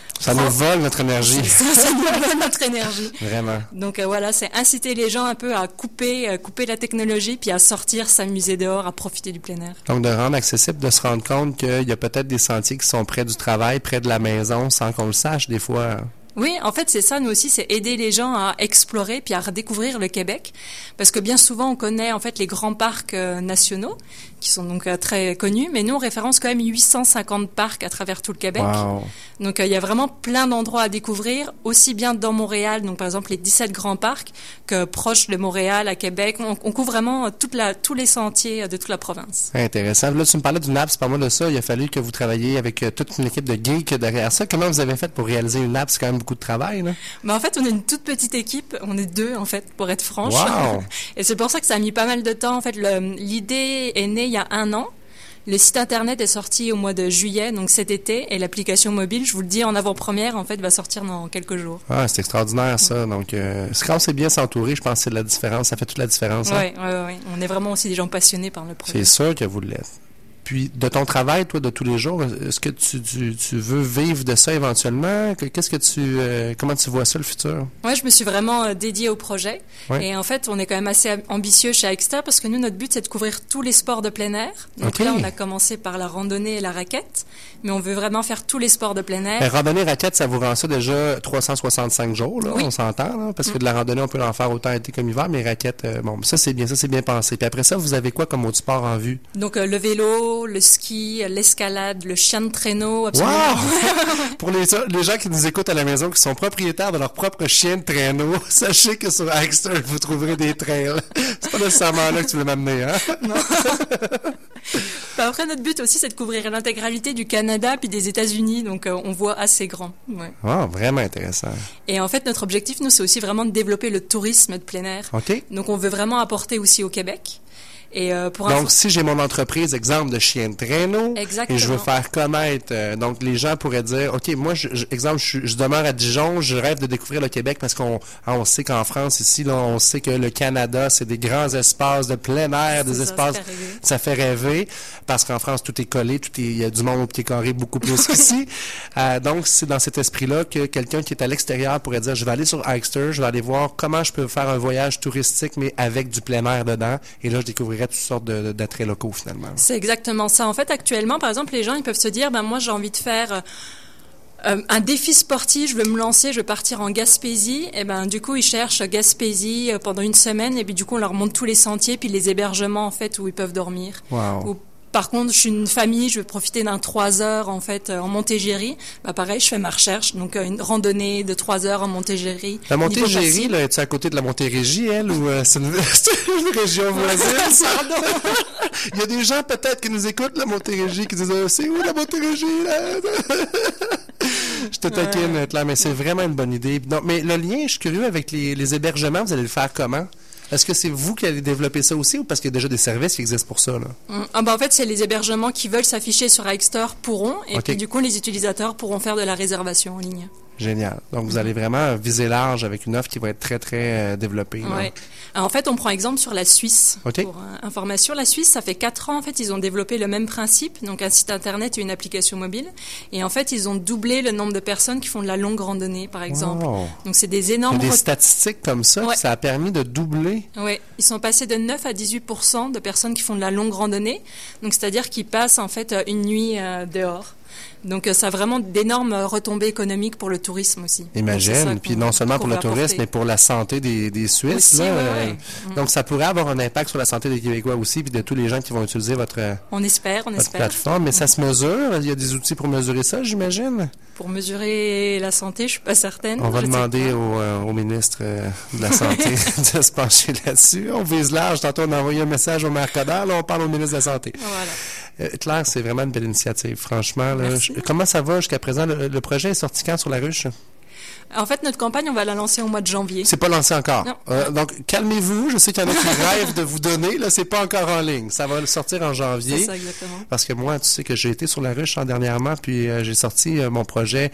vole notre énergie. Ça nous vole notre énergie. Vraiment. Donc voilà, c'est inciter les gens un peu à couper la technologie puis à sortir, s'amuser dehors, à profiter du plein air. Donc de rendre accessible, de se rendre compte qu'il y a peut-être des sentiers qui sont près du travail, près de la maison, sans qu'on le sache des fois. Oui, en fait, c'est ça, nous aussi, c'est aider les gens à explorer puis à redécouvrir le Québec. Parce que bien souvent, on connaît, en fait, les grands parcs nationaux, qui sont donc très connus, mais nous, on référence quand même 850 parcs à travers tout le Québec. Wow. Donc, il y a vraiment plein d'endroits à découvrir, aussi bien dans Montréal, donc par exemple les 17 grands parcs, que proche de Montréal, à Québec. On couvre vraiment tous les sentiers de toute la province. Intéressant. Là, tu me parlais d'une app, c'est pas moi de ça. Il a fallu que vous travailliez avec toute une équipe de geeks derrière ça. Comment vous avez fait pour réaliser une app? C'est quand même beaucoup de travail, là. Mais en fait, on est une toute petite équipe. On est 2, en fait, pour être franche. Wow. Et c'est pour ça que ça a mis pas mal de temps. En fait, l'idée est née il y a 1 an. Le site Internet est sorti au mois de juillet, donc cet été, et l'application mobile, je vous le dis en avant-première, en fait, va sortir dans quelques jours. Ah, c'est extraordinaire, ça. Donc, quand c'est bien s'entourer, je pense que c'est la différence. Ça fait toute la différence. Oui. On est vraiment aussi des gens passionnés par le projet. C'est sûr que vous l'êtes. Puis, de ton travail, toi, de tous les jours, est-ce que tu veux vivre de ça éventuellement? Comment tu vois ça, le futur? Moi, je me suis vraiment dédiée au projet. Ouais. Et en fait, on est quand même assez ambitieux chez Hikester parce que nous, notre but, c'est de couvrir tous les sports de plein air. Donc okay. Là, on a commencé par la randonnée et la raquette, mais on veut vraiment faire tous les sports de plein air. La randonnée raquette, ça vous rend ça déjà 365 jours, là, oui. On s'entend, là, parce que de la randonnée, on peut en faire autant été comme hiver, mais raquette, ça c'est bien pensé. Puis après ça, vous avez quoi comme autre sport en vue? Donc le vélo, le ski, l'escalade, le chien de traîneau, absolument. Wow! Pour les gens qui nous écoutent à la maison, qui sont propriétaires de leur propre chien de traîneau, sachez que sur Hikester, vous trouverez des trails. C'est pas nécessairement là que tu veux m'amener, hein? Non. Après, notre but aussi, c'est de couvrir l'intégralité du Canada puis des États-Unis, donc on voit assez grand. Ouais. Oh, vraiment intéressant. Et en fait, notre objectif, nous, c'est aussi vraiment de développer le tourisme de plein air. OK. Donc, on veut vraiment apporter aussi au Québec. Et donc, si j'ai mon entreprise, exemple de chien de traîneau, exactement. Et je veux faire connaître, donc les gens pourraient dire, OK, moi, exemple, je demeure à Dijon, je rêve de découvrir le Québec parce qu'on sait qu'en France, ici, là, on sait que le Canada, c'est des grands espaces de plein air, des espaces, ça fait rêver, parce qu'en France, tout est collé, il y a du monde au pied carré beaucoup plus qu'ici. Donc, c'est dans cet esprit-là que quelqu'un qui est à l'extérieur pourrait dire, je vais aller sur Hikester, je vais aller voir comment je peux faire un voyage touristique, mais avec du plein air dedans, et là, je découvrirai toutes sortes d'attraits locaux, finalement. C'est exactement ça. En fait, actuellement, par exemple, les gens, ils peuvent se dire, moi, j'ai envie de faire un défi sportif, je veux me lancer, je veux partir en Gaspésie. Et du coup, ils cherchent Gaspésie pendant 1 semaine, et puis du coup, on leur montre tous les sentiers, puis les hébergements, en fait, où ils peuvent dormir. Wow. Ou par contre, je suis une famille, je veux profiter d'un 3 heures en fait en Montégiry. Pareil, je fais ma recherche, donc une randonnée de 3 heures en Montégiry. La Montégiry, là, es-tu à côté de la Montérégie, elle, ou c'est une région voisine? Pardon. Il y a des gens peut-être qui nous écoutent, la Montérégie, qui disent c'est où la Montérégie là? Je te taquine, Claire, mais c'est vraiment une bonne idée. Non, mais le lien, je suis curieux avec les hébergements, vous allez le faire comment? Est-ce que c'est vous qui allez développer ça aussi ou parce qu'il y a déjà des services qui existent pour ça, là? En fait, c'est les hébergements qui veulent s'afficher sur iXtore pourront, et puis du coup, les utilisateurs pourront faire de la réservation en ligne. Génial. Donc, vous allez vraiment viser large avec une offre qui va être très, très développée. Oui. En fait, on prend exemple sur la Suisse. Okay. Pour information, la Suisse, ça fait 4 ans, en fait, ils ont développé le même principe, donc un site Internet et une application mobile. Et en fait, ils ont doublé le nombre de personnes qui font de la longue randonnée, par exemple. Wow. Donc, c'est des énormes... Il y a des statistiques comme ça, ouais. Ça a permis de doubler. Oui. Ils sont passés de 9 à 18% de personnes qui font de la longue randonnée. Donc, c'est-à-dire qu'ils passent, en fait, une nuit dehors. Donc, ça a vraiment d'énormes retombées économiques pour le tourisme aussi. Imagine. Puis non seulement pour le tourisme, mais pour la santé des Suisses. Aussi, là, ouais. Donc, ça pourrait avoir un impact sur la santé des Québécois aussi, puis de tous les gens qui vont utiliser votre plateforme. Mais ça se mesure. Il y a des outils pour mesurer ça, j'imagine? Pour mesurer la santé, je suis pas certaine. On va demander au ministre de la Santé de se pencher là-dessus. On vise large. Tantôt, on a envoyé un message au maire Coderre. Là, on parle au ministre de la Santé. Voilà. Claire, c'est vraiment une belle initiative, franchement. Là. Comment ça va jusqu'à présent? Le projet est sorti quand sur la ruche? En fait, notre campagne, on va la lancer au mois de janvier. C'est pas lancé encore. Non. Donc, calmez-vous. Je sais qu'il y en a qui rêvent de vous donner. Là, c'est pas encore en ligne. Ça va sortir en janvier. C'est ça, exactement. Parce que moi, tu sais que j'ai été sur la ruche dernièrement, puis j'ai sorti mon projet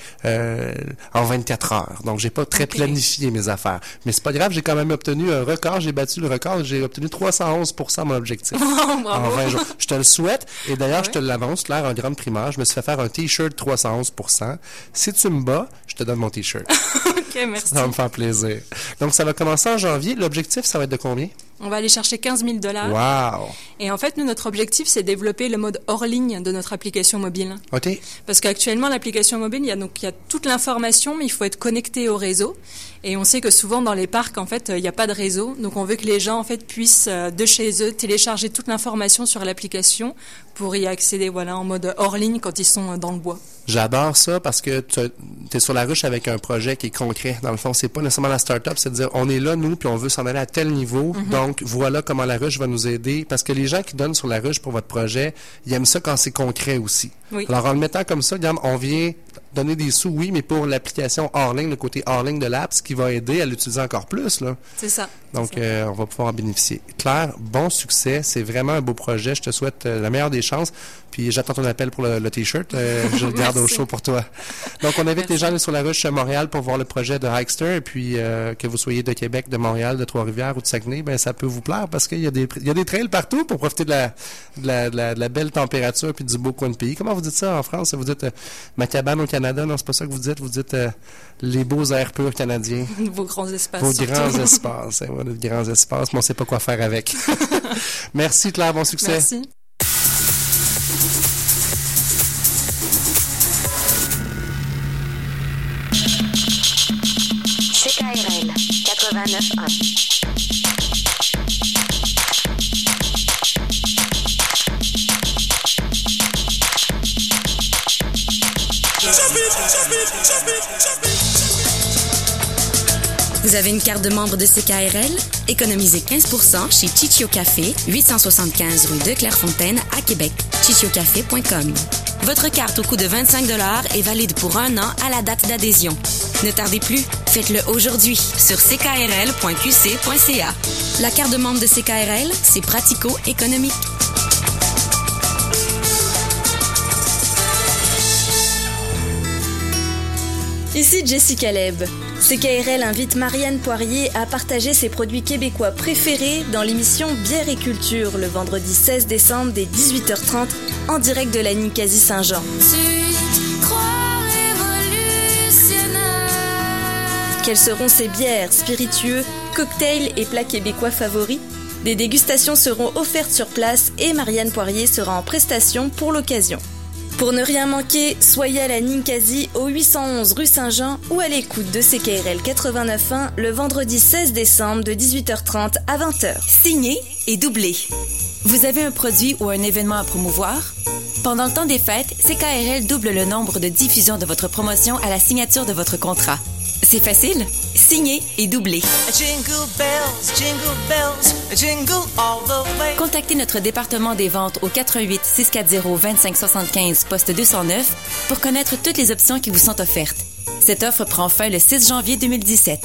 en 24 heures. Donc, j'ai pas très planifié mes affaires. Mais c'est pas grave, j'ai quand même obtenu un record. J'ai battu le record. J'ai obtenu 311% de mon objectif. Bravo. En 20 jours. Je te le souhaite. Et d'ailleurs, je te l'annonce, Claire, en grande primaire. Je me suis fait faire un T-shirt 311%. Si tu me bats, je te donne mon T-shirt. OK, merci. Ça va me faire plaisir. Donc, ça va commencer en janvier. L'objectif, ça va être de combien? On va aller chercher 15 000 $. Wow! Et en fait, nous, notre objectif, c'est développer le mode hors ligne de notre application mobile. OK. Parce qu'actuellement, l'application mobile, il y a toute l'information, mais il faut être connecté au réseau. Et on sait que souvent, dans les parcs, en fait, il n'y a pas de réseau. Donc, on veut que les gens, en fait, puissent, de chez eux, télécharger toute l'information sur l'application pour y accéder, en mode hors ligne quand ils sont dans le bois. J'adore ça parce que tu es sur la ruche avec un projet qui est concret. Dans le fond, c'est pas nécessairement la start-up, c'est de dire, on est là, nous, puis on veut s'en aller à tel niveau. Donc, voilà comment la ruche va nous aider. Parce que les gens qui donnent sur la ruche pour votre projet, ils aiment ça quand c'est concret aussi. Oui. Alors, en le mettant comme ça, regarde, on vient donner des sous, oui, mais pour l'application hors ligne, le côté hors ligne de l'app, ce qui va aider à l'utiliser encore plus, là. C'est ça. Donc, on va pouvoir en bénéficier. Claire, bon succès. C'est vraiment un beau projet. Je te souhaite la meilleure des chances. Puis, j'attends ton appel pour le T-shirt. Je le garde au chaud pour toi. Donc, on invite les gens à aller sur la ruche à Montréal pour voir le projet de Hikester. Et puis, que vous soyez de Québec, de Montréal, de Trois-Rivières ou de Saguenay, ben ça peut vous plaire parce qu'il y a des trails partout pour profiter de la belle température puis du beau coin de pays. Comment vous dites ça en France? Vous dites ma cabane au Canada? Non, c'est pas ça que vous dites. Vous dites les beaux airs purs canadiens. Vos grands espaces. Vos grands espaces. Voilà, de grands espaces, mais on ne sait pas quoi faire avec. Merci Claire, bon succès. Merci. CKRL 89.1. Vous avez une carte de membre de CKRL? Économisez 15% chez Chichio Café, 875 rue de Clairefontaine à Québec. chichiocafé.com. Votre carte au coût de 25 $ est valide pour 1 an à la date d'adhésion. Ne tardez plus, faites-le aujourd'hui sur ckrl.qc.ca. La carte de membre de CKRL, c'est pratico-économique. Ici Jessica Leb. CKRL invite Marianne Poirier à partager ses produits québécois préférés dans l'émission Bière et Culture le vendredi 16 décembre dès 18h30 en direct de la Ninkasi Saint-Jean. Quelles seront ses bières, spiritueux, cocktails et plats québécois favoris? Des dégustations seront offertes sur place et Marianne Poirier sera en prestation pour l'occasion. Pour ne rien manquer, soyez à la Ninkasi au 811 rue Saint-Jean ou à l'écoute de CKRL 89.1 le vendredi 16 décembre de 18h30 à 20h. Signé et doublé. Vous avez un produit ou un événement à promouvoir? Pendant le temps des fêtes, CKRL double le nombre de diffusions de votre promotion à la signature de votre contrat. C'est facile. Signez et doublez. Jingle bells, jingle all the way. Contactez notre département des ventes au 88 640 25 75 poste 209 pour connaître toutes les options qui vous sont offertes. Cette offre prend fin le 6 janvier 2017.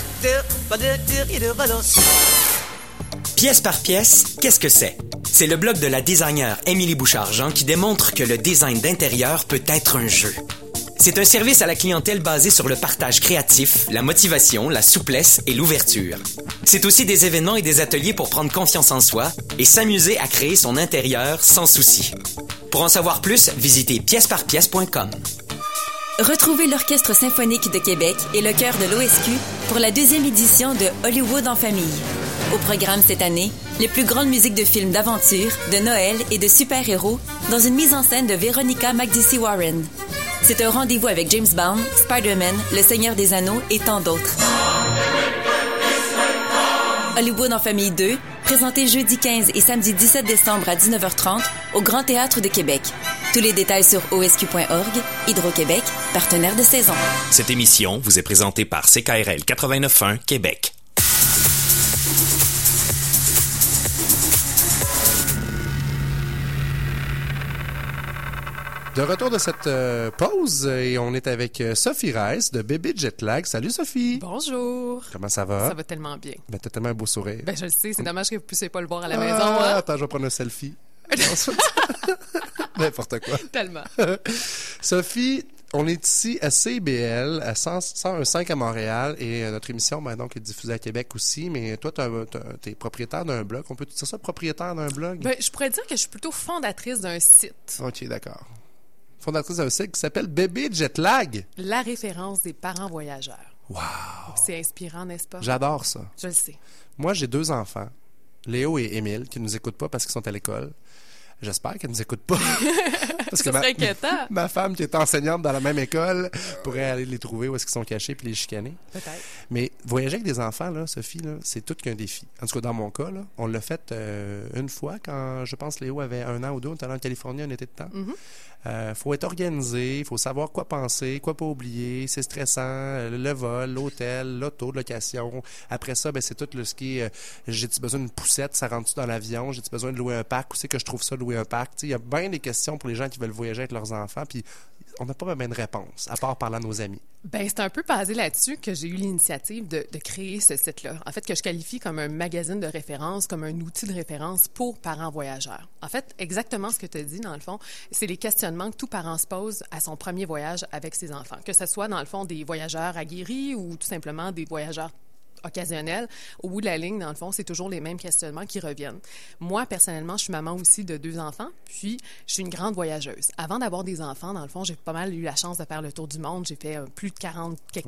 Pièce par pièce, qu'est-ce que c'est? C'est le blog de la designer Émilie Bouchard-Jean qui démontre que le design d'intérieur peut être un jeu. C'est un service à la clientèle basé sur le partage créatif, la motivation, la souplesse et l'ouverture. C'est aussi des événements et des ateliers pour prendre confiance en soi et s'amuser à créer son intérieur sans souci. Pour en savoir plus, visitez pièceparpièce.com. Retrouvez l'Orchestre symphonique de Québec et le chœur de l'OSQ pour la 2e édition de Hollywood en famille. Au programme cette année, les plus grandes musiques de films d'aventure, de Noël et de super-héros dans une mise en scène de Veronica McDisey-Warren. C'est un rendez-vous avec James Bond, Spider-Man, Le Seigneur des Anneaux et tant d'autres. Hollywood en famille 2, présenté jeudi 15 et samedi 17 décembre à 19h30 au Grand Théâtre de Québec. Tous les détails sur osq.org. Hydro-Québec, partenaire de saison. Cette émission vous est présentée par CKRL 89.1 Québec. De retour de cette pause, et on est avec Sophie Reiss de Bébé Jetlag. Salut Sophie! Bonjour! Comment ça va? Ça va tellement bien. Ben, t'as tellement un beau sourire. Ben, je le sais, c'est dommage que vous ne puissiez pas le voir à la maison. Hein? Attends, je vais prendre un selfie. N'importe quoi. Tellement. Sophie, on est ici à CIBL, à 101.5 à Montréal, et notre émission donc, est diffusée à Québec aussi, mais toi, t'es propriétaire d'un blog. On peut dire ça, propriétaire d'un blog? Ben, je pourrais dire que je suis plutôt fondatrice d'un site. OK, d'accord. Fondatrice d'un site qui s'appelle Bébé Jetlag. La référence des parents voyageurs. Wow! C'est inspirant, n'est-ce pas? J'adore ça. Je le sais. Moi, j'ai 2 enfants, Léo et Émile, qui ne nous écoutent pas parce qu'ils sont à l'école. J'espère qu'elle ne nous écoute pas. Parce que ma femme, qui est enseignante dans la même école, pourrait aller les trouver où est-ce qu'ils sont cachés puis les chicaner. Peut-être. Mais voyager avec des enfants, là, Sophie, là, c'est tout qu'un défi. En tout cas, dans mon cas, là, on l'a fait une fois quand, je pense, Léo avait 1 an ou 2. On était allé en Californie un été de temps. Faut être organisé, il faut savoir quoi penser, quoi pas oublier. C'est stressant. Le vol, l'hôtel, l'auto de location. Après ça, ben, c'est tout le ski. J'ai-tu besoin d'une poussette? Ça rentre-tu dans l'avion? J'ai-tu besoin de louer un parc? Où c'est que je trouve ça, louer un parc? Il y a bien des questions pour les gens qui veulent voyager avec leurs enfants. Puis on n'a pas même de réponse, à part parler à nos amis. Ben, c'est un peu basé là-dessus que j'ai eu l'initiative de créer ce site-là. En fait, que je qualifie comme un magazine de référence, comme un outil de référence pour parents voyageurs. En fait, exactement ce que tu as dit, dans le fond, c'est les questionnements que tout parent se pose à son premier voyage avec ses enfants. Que ce soit, dans le fond, des voyageurs aguerris ou tout simplement des voyageurs occasionnel, au bout de la ligne, dans le fond, c'est toujours les mêmes questionnements qui reviennent. Moi, personnellement, je suis maman aussi de 2 enfants, puis je suis une grande voyageuse. Avant d'avoir des enfants, dans le fond, j'ai pas mal eu la chance de faire le tour du monde. J'ai fait plus de 40 pays.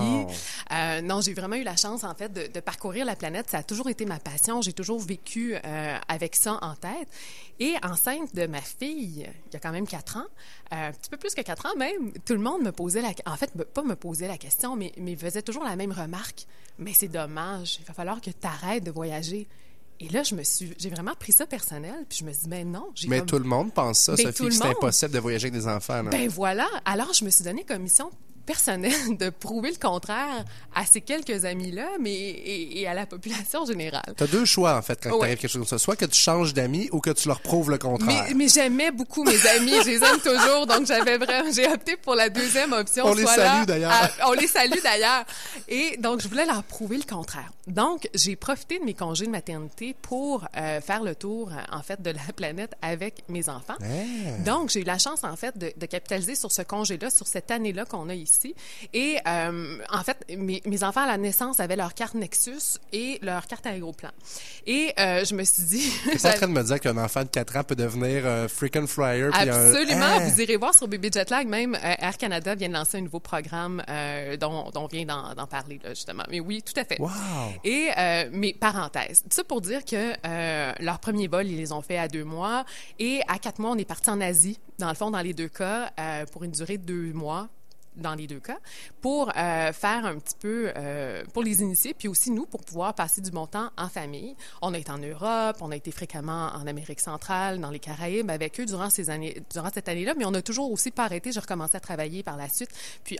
Non, j'ai vraiment eu la chance, en fait, de parcourir la planète. Ça a toujours été ma passion. J'ai toujours vécu avec ça en tête. Et enceinte de ma fille, il y a quand même 4 ans, un petit peu plus que 4 ans même, tout le monde me posait en fait, pas me posait la question, mais faisait toujours la même remarque. Mais c'est dommage, il va falloir que tu arrêtes de voyager. Et là, j'ai vraiment pris ça personnel, puis je me suis dit, ben non. Mais tout le monde pense ça, Sophie, que c'est impossible de voyager avec des enfants. Là. Ben voilà. Alors, je me suis donné comme mission personnel de prouver le contraire à ces quelques amis-là, mais et à la population générale. Tu as 2 choix, en fait, quand tu arrives quelque chose comme ça. Soit que tu changes d'amis ou que tu leur prouves le contraire. Mais j'aimais beaucoup mes amis, je les aime toujours, donc j'ai opté pour la 2e option. On les salue d'ailleurs. On les salue d'ailleurs. Et donc, je voulais leur prouver le contraire. Donc, j'ai profité de mes congés de maternité pour faire le tour, en fait, de la planète avec mes enfants. Donc, j'ai eu la chance, en fait, de capitaliser sur ce congé-là, sur cette année-là qu'on a ici. Et en fait, mes enfants à la naissance avaient leur carte Nexus et leur carte Aéroplan. Et je me suis dit... Tu es en train de me dire qu'un enfant de 4 ans peut devenir freaking flyer? Absolument! Vous irez voir sur Bébé Jetlag, même Air Canada vient de lancer un nouveau programme dont on vient d'en parler, là, justement. Mais oui, tout à fait. Wow! Et, mais parenthèse, tout ça pour dire que leur premier vol, ils les ont fait à 2 mois. Et à 4 mois, on est parti en Asie, dans le fond, dans les 2 cas, pour une durée de 2 mois. dans les deux cas, pour faire un petit peu, pour les initier, puis aussi nous, pour pouvoir passer du bon temps en famille. On a été en Europe, on a été fréquemment en Amérique centrale, dans les Caraïbes, avec eux durant cette année-là, mais on a toujours aussi pas arrêté. J'ai recommencé à travailler par la suite, puis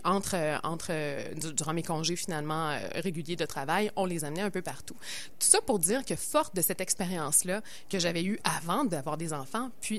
durant mes congés finalement réguliers de travail, on les amenait un peu partout. Tout ça pour dire que forte de cette expérience-là que j'avais eue avant d'avoir des enfants, puis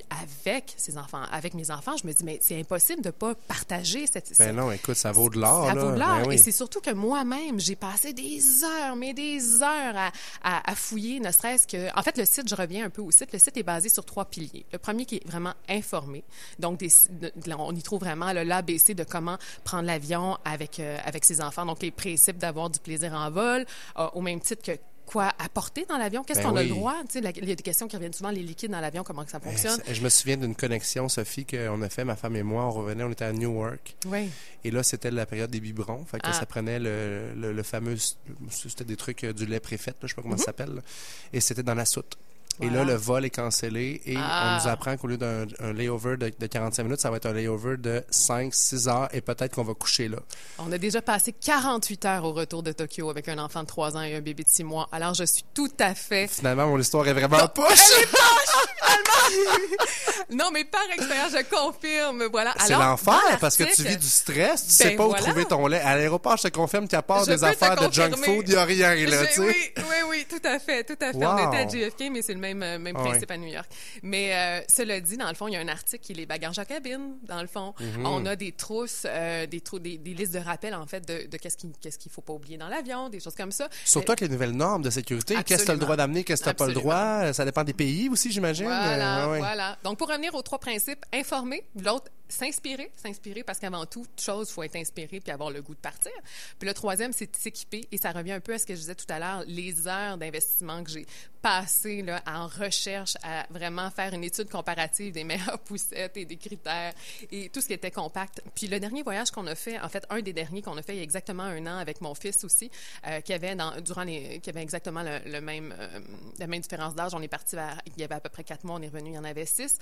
avec mes enfants, je me dis, mais c'est impossible de pas partager cette... Non, écoute, ça vaut de l'or. Ça vaut de l'or. Ben oui. Et c'est surtout que moi-même, j'ai passé des heures à fouiller, ne serait-ce que... En fait, le site, je reviens un peu au site, le site est basé sur 3 piliers. Le premier qui est vraiment informé. Donc, on y trouve vraiment l'ABC de comment prendre l'avion avec ses enfants. Donc, les principes d'avoir du plaisir en vol, au même titre que quoi apporter dans l'avion? Qu'est-ce qu'on a le droit? Tu sais, il y a des questions qui reviennent souvent, les liquides dans l'avion, comment ça fonctionne? Je me souviens d'une connexion, Sophie, qu'on a fait, ma femme et moi. On était à Newark. Oui. Et là, c'était la période des biberons. Fait que ça prenait le fameux... C'était des trucs du lait préfet, là, je sais pas comment ça s'appelle. Là. Et c'était dans la soute. Voilà. Et là, le vol est cancellé et on nous apprend qu'au lieu d'un layover de 45 minutes, ça va être un layover de 5-6 heures et peut-être qu'on va coucher là. On a déjà passé 48 heures au retour de Tokyo avec un enfant de 3 ans et un bébé de 6 mois. Alors, je suis tout à fait... Finalement, mon histoire est vraiment poche! Elle est poche, finalement! Non, mais par expérience, je confirme. Voilà. C'est l'enfer parce que tu vis du stress, tu sais pas où trouver ton lait. À l'aéroport, je te confirme qu'à part des affaires de junk food, il n'y a rien là, tu sais. Oui, tout à fait. Wow. On était à JFK, mais c'est le même principe à New York. Mais cela dit, dans le fond, il y a un article qui est les bagages à cabine, dans le fond. On a des trousses, des listes de rappels, en fait, de qu'est-ce qu'il faut pas oublier dans l'avion, des choses comme ça. Surtout avec les nouvelles normes de sécurité. Qu'est-ce que tu as le droit d'amener, qu'est-ce que tu n'as pas le droit. Ça dépend des pays aussi, j'imagine. Voilà. Donc, pour revenir aux 3 principes, informer, l'autre, s'inspirer parce qu'avant toute chose, il faut être inspiré puis avoir le goût de partir. Puis le 3e, c'est s'équiper et ça revient un peu à ce que je disais tout à l'heure, les heures d'investissement que j'ai passées là, en recherche, à vraiment faire une étude comparative des meilleures poussettes et des critères et tout ce qui était compact. Puis le dernier voyage qu'on a fait, en fait, un des derniers qu'on a fait il y a exactement 1 an avec mon fils aussi, qui avait exactement la même différence d'âge. On est parti il y avait à peu près 4 mois, on est revenu, il y en avait 6.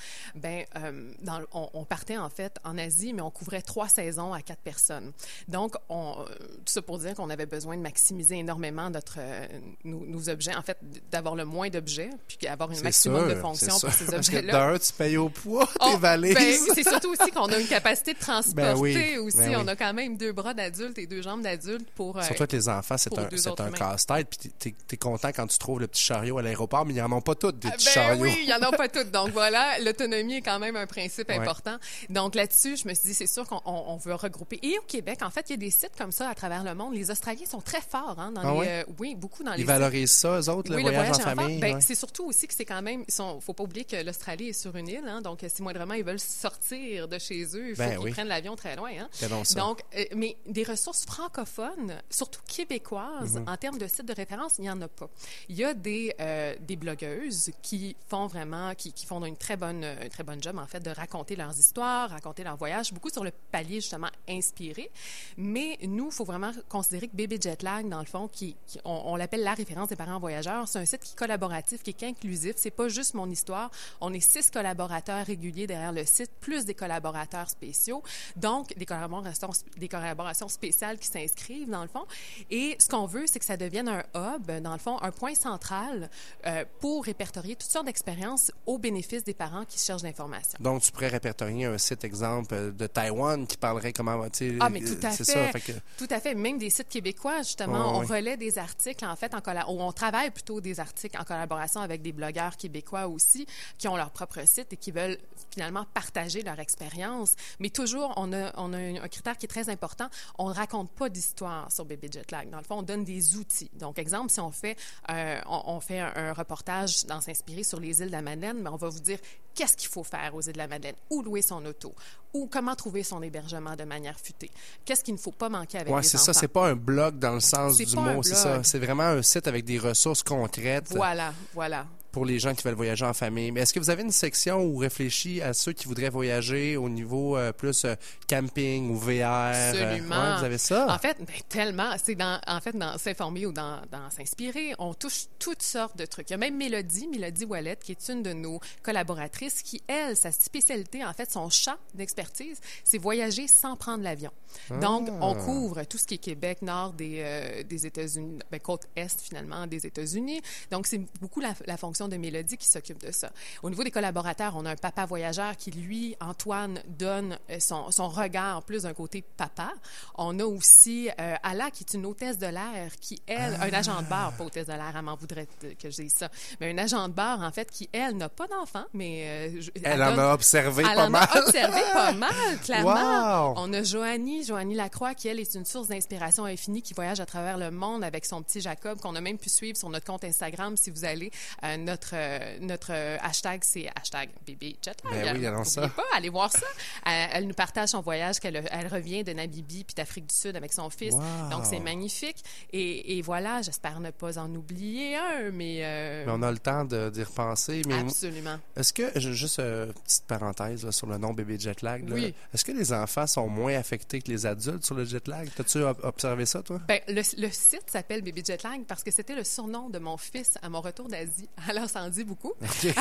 On partait en fait en Asie, mais on couvrait 3 saisons à 4 personnes. Donc, tout ça pour dire qu'on avait besoin de maximiser énormément nos objets, en fait, d'avoir le moins d'objets, puis avoir un maximum de fonctions pour ces objets-là. Parce que tu payes au poids tes valises. C'est surtout aussi qu'on a une capacité de transporter aussi. On a quand même 2 bras d'adulte et 2 jambes d'adulte pour... Surtout avec les enfants, c'est un casse-tête, puis t'es content quand tu trouves le petit chariot à l'aéroport, mais ils n'en ont pas tous, des petits chariots. Oui, ils n'en ont pas tous. Donc voilà, l'autonomie est quand même un principe important. Donc là-dessus, je me suis dit, c'est sûr qu'on veut regrouper. Et au Québec, en fait, il y a des sites comme ça à travers le monde. Les Australiens sont très forts oui, beaucoup dans les sites. Ils valorisent ça, eux autres, le voyage en famille. C'est surtout aussi que c'est quand même... faut pas oublier que l'Australie est sur une île, donc si moindrement ils veulent sortir de chez eux, il faut qu'ils prennent l'avion très loin. Donc, mais des ressources francophones, surtout québécoises, en termes de sites de référence, il n'y en a pas. Il y a des blogueuses qui font vraiment, qui font une très bonne job, en fait, de raconter leurs histoires, raconter leur voyage, beaucoup sur le palier, justement, inspiré. Mais nous, il faut vraiment considérer que Bébé Jetlag, dans le fond, on l'appelle la référence des parents voyageurs. C'est un site qui est collaboratif, qui est inclusif. C'est pas juste mon histoire. On est 6 collaborateurs réguliers derrière le site, plus des collaborateurs spéciaux. Donc, des collaborations spéciales qui s'inscrivent, dans le fond. Et ce qu'on veut, c'est que ça devienne un hub, dans le fond, un point central pour répertorier toutes sortes d'expériences au bénéfice des parents qui cherchent l'information. Donc, tu pourrais répertorier un site, exemple, de Taïwan qui parlerait comment... mais tout à fait. Ça, tout à fait. Même des sites québécois, justement, on relaie des articles, en fait, ou on travaille plutôt des articles en collaboration avec des blogueurs québécois aussi, qui ont leur propre site et qui veulent finalement partager leur expérience. Mais toujours, on a un critère qui est très important. On ne raconte pas d'histoire sur Bébé Jetlag. Dans le fond, on donne des outils. Donc, exemple, si on fait un reportage dans S'inspirer sur les îles de la Madeleine, on va vous dire qu'est-ce qu'il faut faire aux îles de la Madeleine, où louer son auto, ou comment trouver son hébergement de manière futée. Qu'est-ce qu'il ne faut pas manquer avec les enfants. Oui, c'est ça. C'est pas un blog dans le sens du mot, c'est ça. C'est vraiment un site avec des ressources concrètes. Voilà. pour les gens qui veulent voyager en famille. Mais est-ce que vous avez une section où réfléchit à ceux qui voudraient voyager au niveau plus camping ou VR? Absolument. Ouais, vous avez ça? En fait, tellement. C'est dans s'informer ou dans s'inspirer. On touche toutes sortes de trucs. Il y a même Mélodie Wallet, qui est une de nos collaboratrices, qui, elle, sa spécialité, en fait, son champ d'expertise, c'est voyager sans prendre l'avion. Donc, on couvre tout ce qui est Québec, nord des États-Unis, côte est, finalement, des États-Unis. Donc, c'est beaucoup la fonction de Mélodie qui s'occupe de ça. Au niveau des collaborateurs, on a un papa voyageur qui, lui, Antoine, donne son regard plus d'un côté papa. On a aussi Ala, qui est une hôtesse de l'air, qui, elle, un agent de bar, pas hôtesse de l'air, elle m'en voudrait que je dise ça, mais un agent de bar, en fait, qui, elle, n'a pas d'enfant, mais... Elle en a observé pas mal. Elle en a observé pas mal, clairement. Wow. On a Joanie Lacroix, qui, elle, est une source d'inspiration infinie, qui voyage à travers le monde avec son petit Jacob, qu'on a même pu suivre sur notre compte Instagram, si vous allez. Notre hashtag, c'est hashtag bébé jetlag. Ben oui, annonce ça. Pas, allez voir ça. Elle nous partage son voyage, elle revient de Namibie puis d'Afrique du Sud avec son fils. Wow. Donc, c'est magnifique. Et voilà, j'espère ne pas en oublier un, mais on a le temps d'y repenser. Mais absolument. Est-ce que, juste une petite parenthèse là, sur le nom bébé jetlag, là, oui. Est-ce que les enfants sont moins affectés que les adultes sur le jetlag? T'as-tu observé ça, toi? Ben, le site s'appelle Bébé Jetlag parce que c'était le surnom de mon fils à mon retour d'Asie. Alors, ça en dit beaucoup. Okay.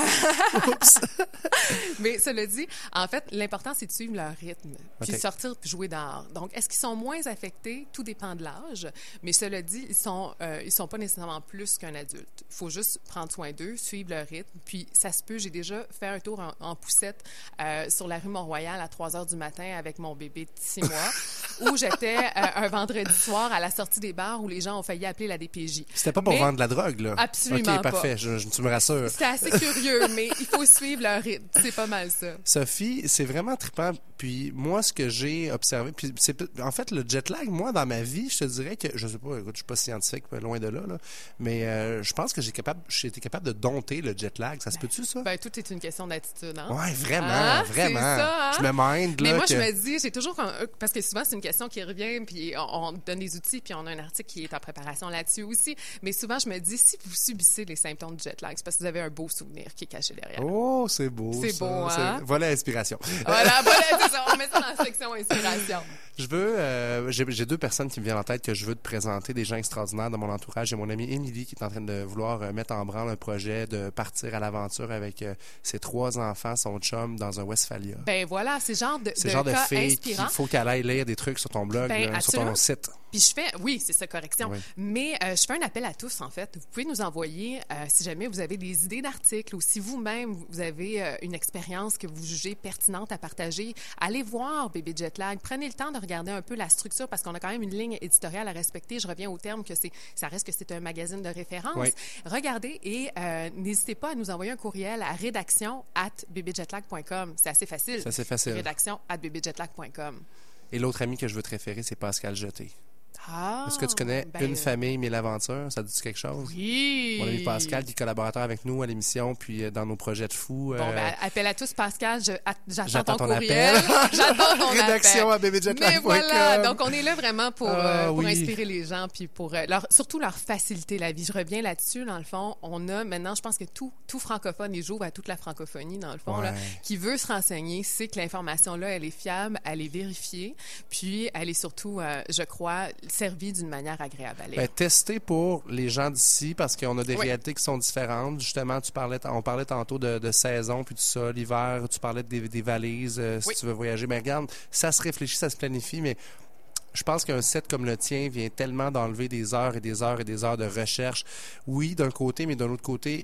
Mais cela dit, en fait, l'important, c'est de suivre leur rythme, puis Okay. sortir puis jouer dehors. Donc, est-ce qu'ils sont moins affectés? Tout dépend de l'âge. Mais cela dit, ils sont pas nécessairement plus qu'un adulte. Il faut juste prendre soin d'eux, suivre leur rythme. Puis, ça se peut, j'ai déjà fait un tour en poussette sur la rue Mont-Royal à 3 heures du matin avec mon bébé de 6 mois, où j'étais un vendredi soir à la sortie des bars où les gens ont failli appeler la DPJ. C'était pas pour vendre de la drogue, là? Absolument OK, parfait. pas. Tu me rassures. C'était assez curieux, mais il faut suivre leur rythme. C'est pas mal ça. Sophie, c'est vraiment trippant. Puis moi, ce que j'ai observé, puis en fait, le jet lag, moi, dans ma vie, je te dirais que, je sais pas, écoute, je suis pas scientifique, loin de là, mais je pense que j'ai été capable de dompter le jet lag. Ça se peut-tu, ça? Ben, tout est une question d'attitude, hein? Ouais, vraiment, vraiment. C'est ça, hein? Je me mind, là. Mais moi, je me dis, j'ai toujours, parce que souvent, c'est une question qui revient, puis on donne des outils, puis on a un article qui est en préparation là-dessus aussi. Mais souvent, je me dis, si vous subissez les symptômes du jet lag, c'est parce que vous avez un beau souvenir qui est caché derrière. Oh, c'est beau. C'est ça. beau, hein? Voilà l'inspiration. Voilà, c'est ça. On met ça dans la section inspiration. Je veux, j'ai 2 personnes qui me viennent en tête que je veux te présenter, des gens extraordinaires de mon entourage. J'ai mon amie Émilie qui est en train de vouloir mettre en branle un projet de partir à l'aventure avec ses 3 enfants, son chum, dans un Westphalia. Ben voilà, c'est genre de cas fille inspirant. Il faut qu'elle aille lire des trucs sur ton blog, sur ton site. Puis oui, c'est ça, correction. Oui. Mais je fais un appel à tous, en fait. Vous pouvez nous envoyer, si jamais vous avez des idées d'articles ou si vous-même, vous avez une expérience que vous jugez pertinente à partager, allez voir Bébé Jetlag. Prenez le temps de regarder un peu la structure parce qu'on a quand même une ligne éditoriale à respecter. Je reviens au terme que ça reste que c'est un magazine de référence. Oui. Regardez et n'hésitez pas à nous envoyer un courriel à rédaction@bbjetlag.com. C'est assez facile. C'est assez facile. rédaction@bbjetlag.com. Et l'autre ami que je veux te référer, c'est Pascal Jeté. Ah, est-ce que tu connais Une famille, 1000 aventures? Ça te dit quelque chose? Oui! Mon ami Pascal, qui est collaborateur avec nous à l'émission, puis dans nos projets de fous. Bon, appel à tous, Pascal. J'attends ton courriel. J'attends ton Rédaction@bbjetlag.com. Mais voilà, donc on est là vraiment pour inspirer les gens, puis pour surtout leur faciliter la vie. Je reviens là-dessus, dans le fond. On a maintenant, je pense que tout francophone, et j'ouvre à toute la francophonie, dans le fond, là, qui veut se renseigner, sait que l'information-là, elle est fiable, elle est vérifiée, puis elle est surtout, je crois, servie d'une manière agréable à lire. Tester pour les gens d'ici, parce qu'on a des réalités qui sont différentes. Justement, on parlait tantôt de saison, puis tout ça. L'hiver, tu parlais des valises, si tu veux voyager. Mais regarde, ça se réfléchit, ça se planifie, mais je pense qu'un site comme le tien vient tellement d'enlever des heures et des heures et des heures de recherche. Oui, d'un côté, mais d'un autre côté,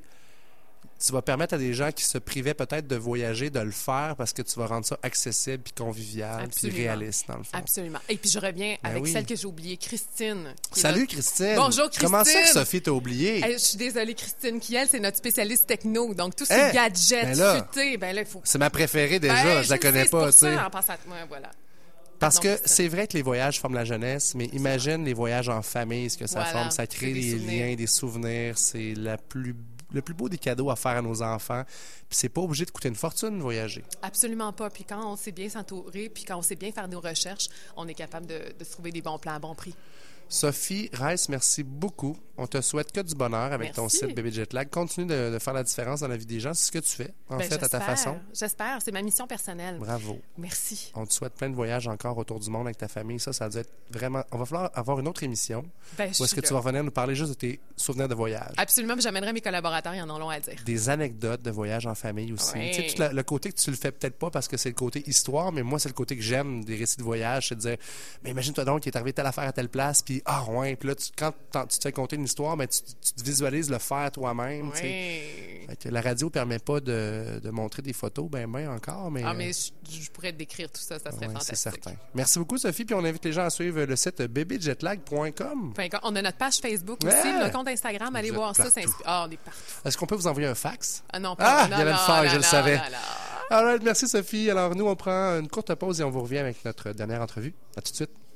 tu vas permettre à des gens qui se privaient peut-être de voyager de le faire parce que tu vas rendre ça accessible puis convivial puis réaliste, dans le fond. Absolument. Et puis je reviens avec celle que j'ai oubliée, Christine. Salut, Christine. Bonjour, Christine. Comment ça que Sophie t'a oublié? Je suis désolée, Christine, qui, elle, c'est notre spécialiste techno. Donc, tous ces gadgets futés, là, il faut... C'est ma préférée déjà, je la connais pas, tu sais. En passant à moi, voilà. Parce que c'est vrai que les voyages forment la jeunesse, mais imagine les voyages en famille, ce que ça forme. Ça crée des liens, des souvenirs. C'est le plus beau des cadeaux à faire à nos enfants. Puis c'est pas obligé de coûter une fortune, voyager. Absolument pas. Puis quand on sait bien s'entourer, puis quand on sait bien faire nos recherches, on est capable de se trouver des bons plans à bon prix. Sophie Reiss, merci beaucoup. On te souhaite que du bonheur avec ton site Bébé Jetlag. Continue de faire la différence dans la vie des gens. C'est ce que tu fais, en fait, à ta façon. J'espère. C'est ma mission personnelle. Bravo. Merci. On te souhaite plein de voyages encore autour du monde avec ta famille. Ça doit être vraiment... On va falloir avoir une autre émission. Où est-ce que tu vas revenir nous parler juste de tes souvenirs de voyage? Absolument. J'amènerai mes collaborateurs. Ils en ont long à dire. Des anecdotes de voyage en famille aussi. Oui. Tu sais, tout le côté que tu le fais peut-être pas parce que c'est le côté histoire, mais moi, c'est le côté que j'aime des récits de voyage. C'est de dire, mais imagine-toi donc qu'il est arrivé telle affaire à telle place, puis ouais. Puis là, quand tu te fais conter une histoire, mais tu te visualises le faire toi-même. Oui. Fait que la radio permet pas de montrer des photos, ben encore, mais... mais je pourrais te décrire tout ça, ça serait fantastique. C'est certain. Merci beaucoup, Sophie, puis on invite les gens à suivre le site babyjetlag.com. On a notre page Facebook aussi, notre compte Instagram, allez voir ça. On est partout. Est-ce qu'on peut vous envoyer un fax? Non, pas. Il y avait le fax, je le savais. All right, merci, Sophie. Alors, nous, on prend une courte pause et on vous revient avec notre dernière entrevue. À tout de suite.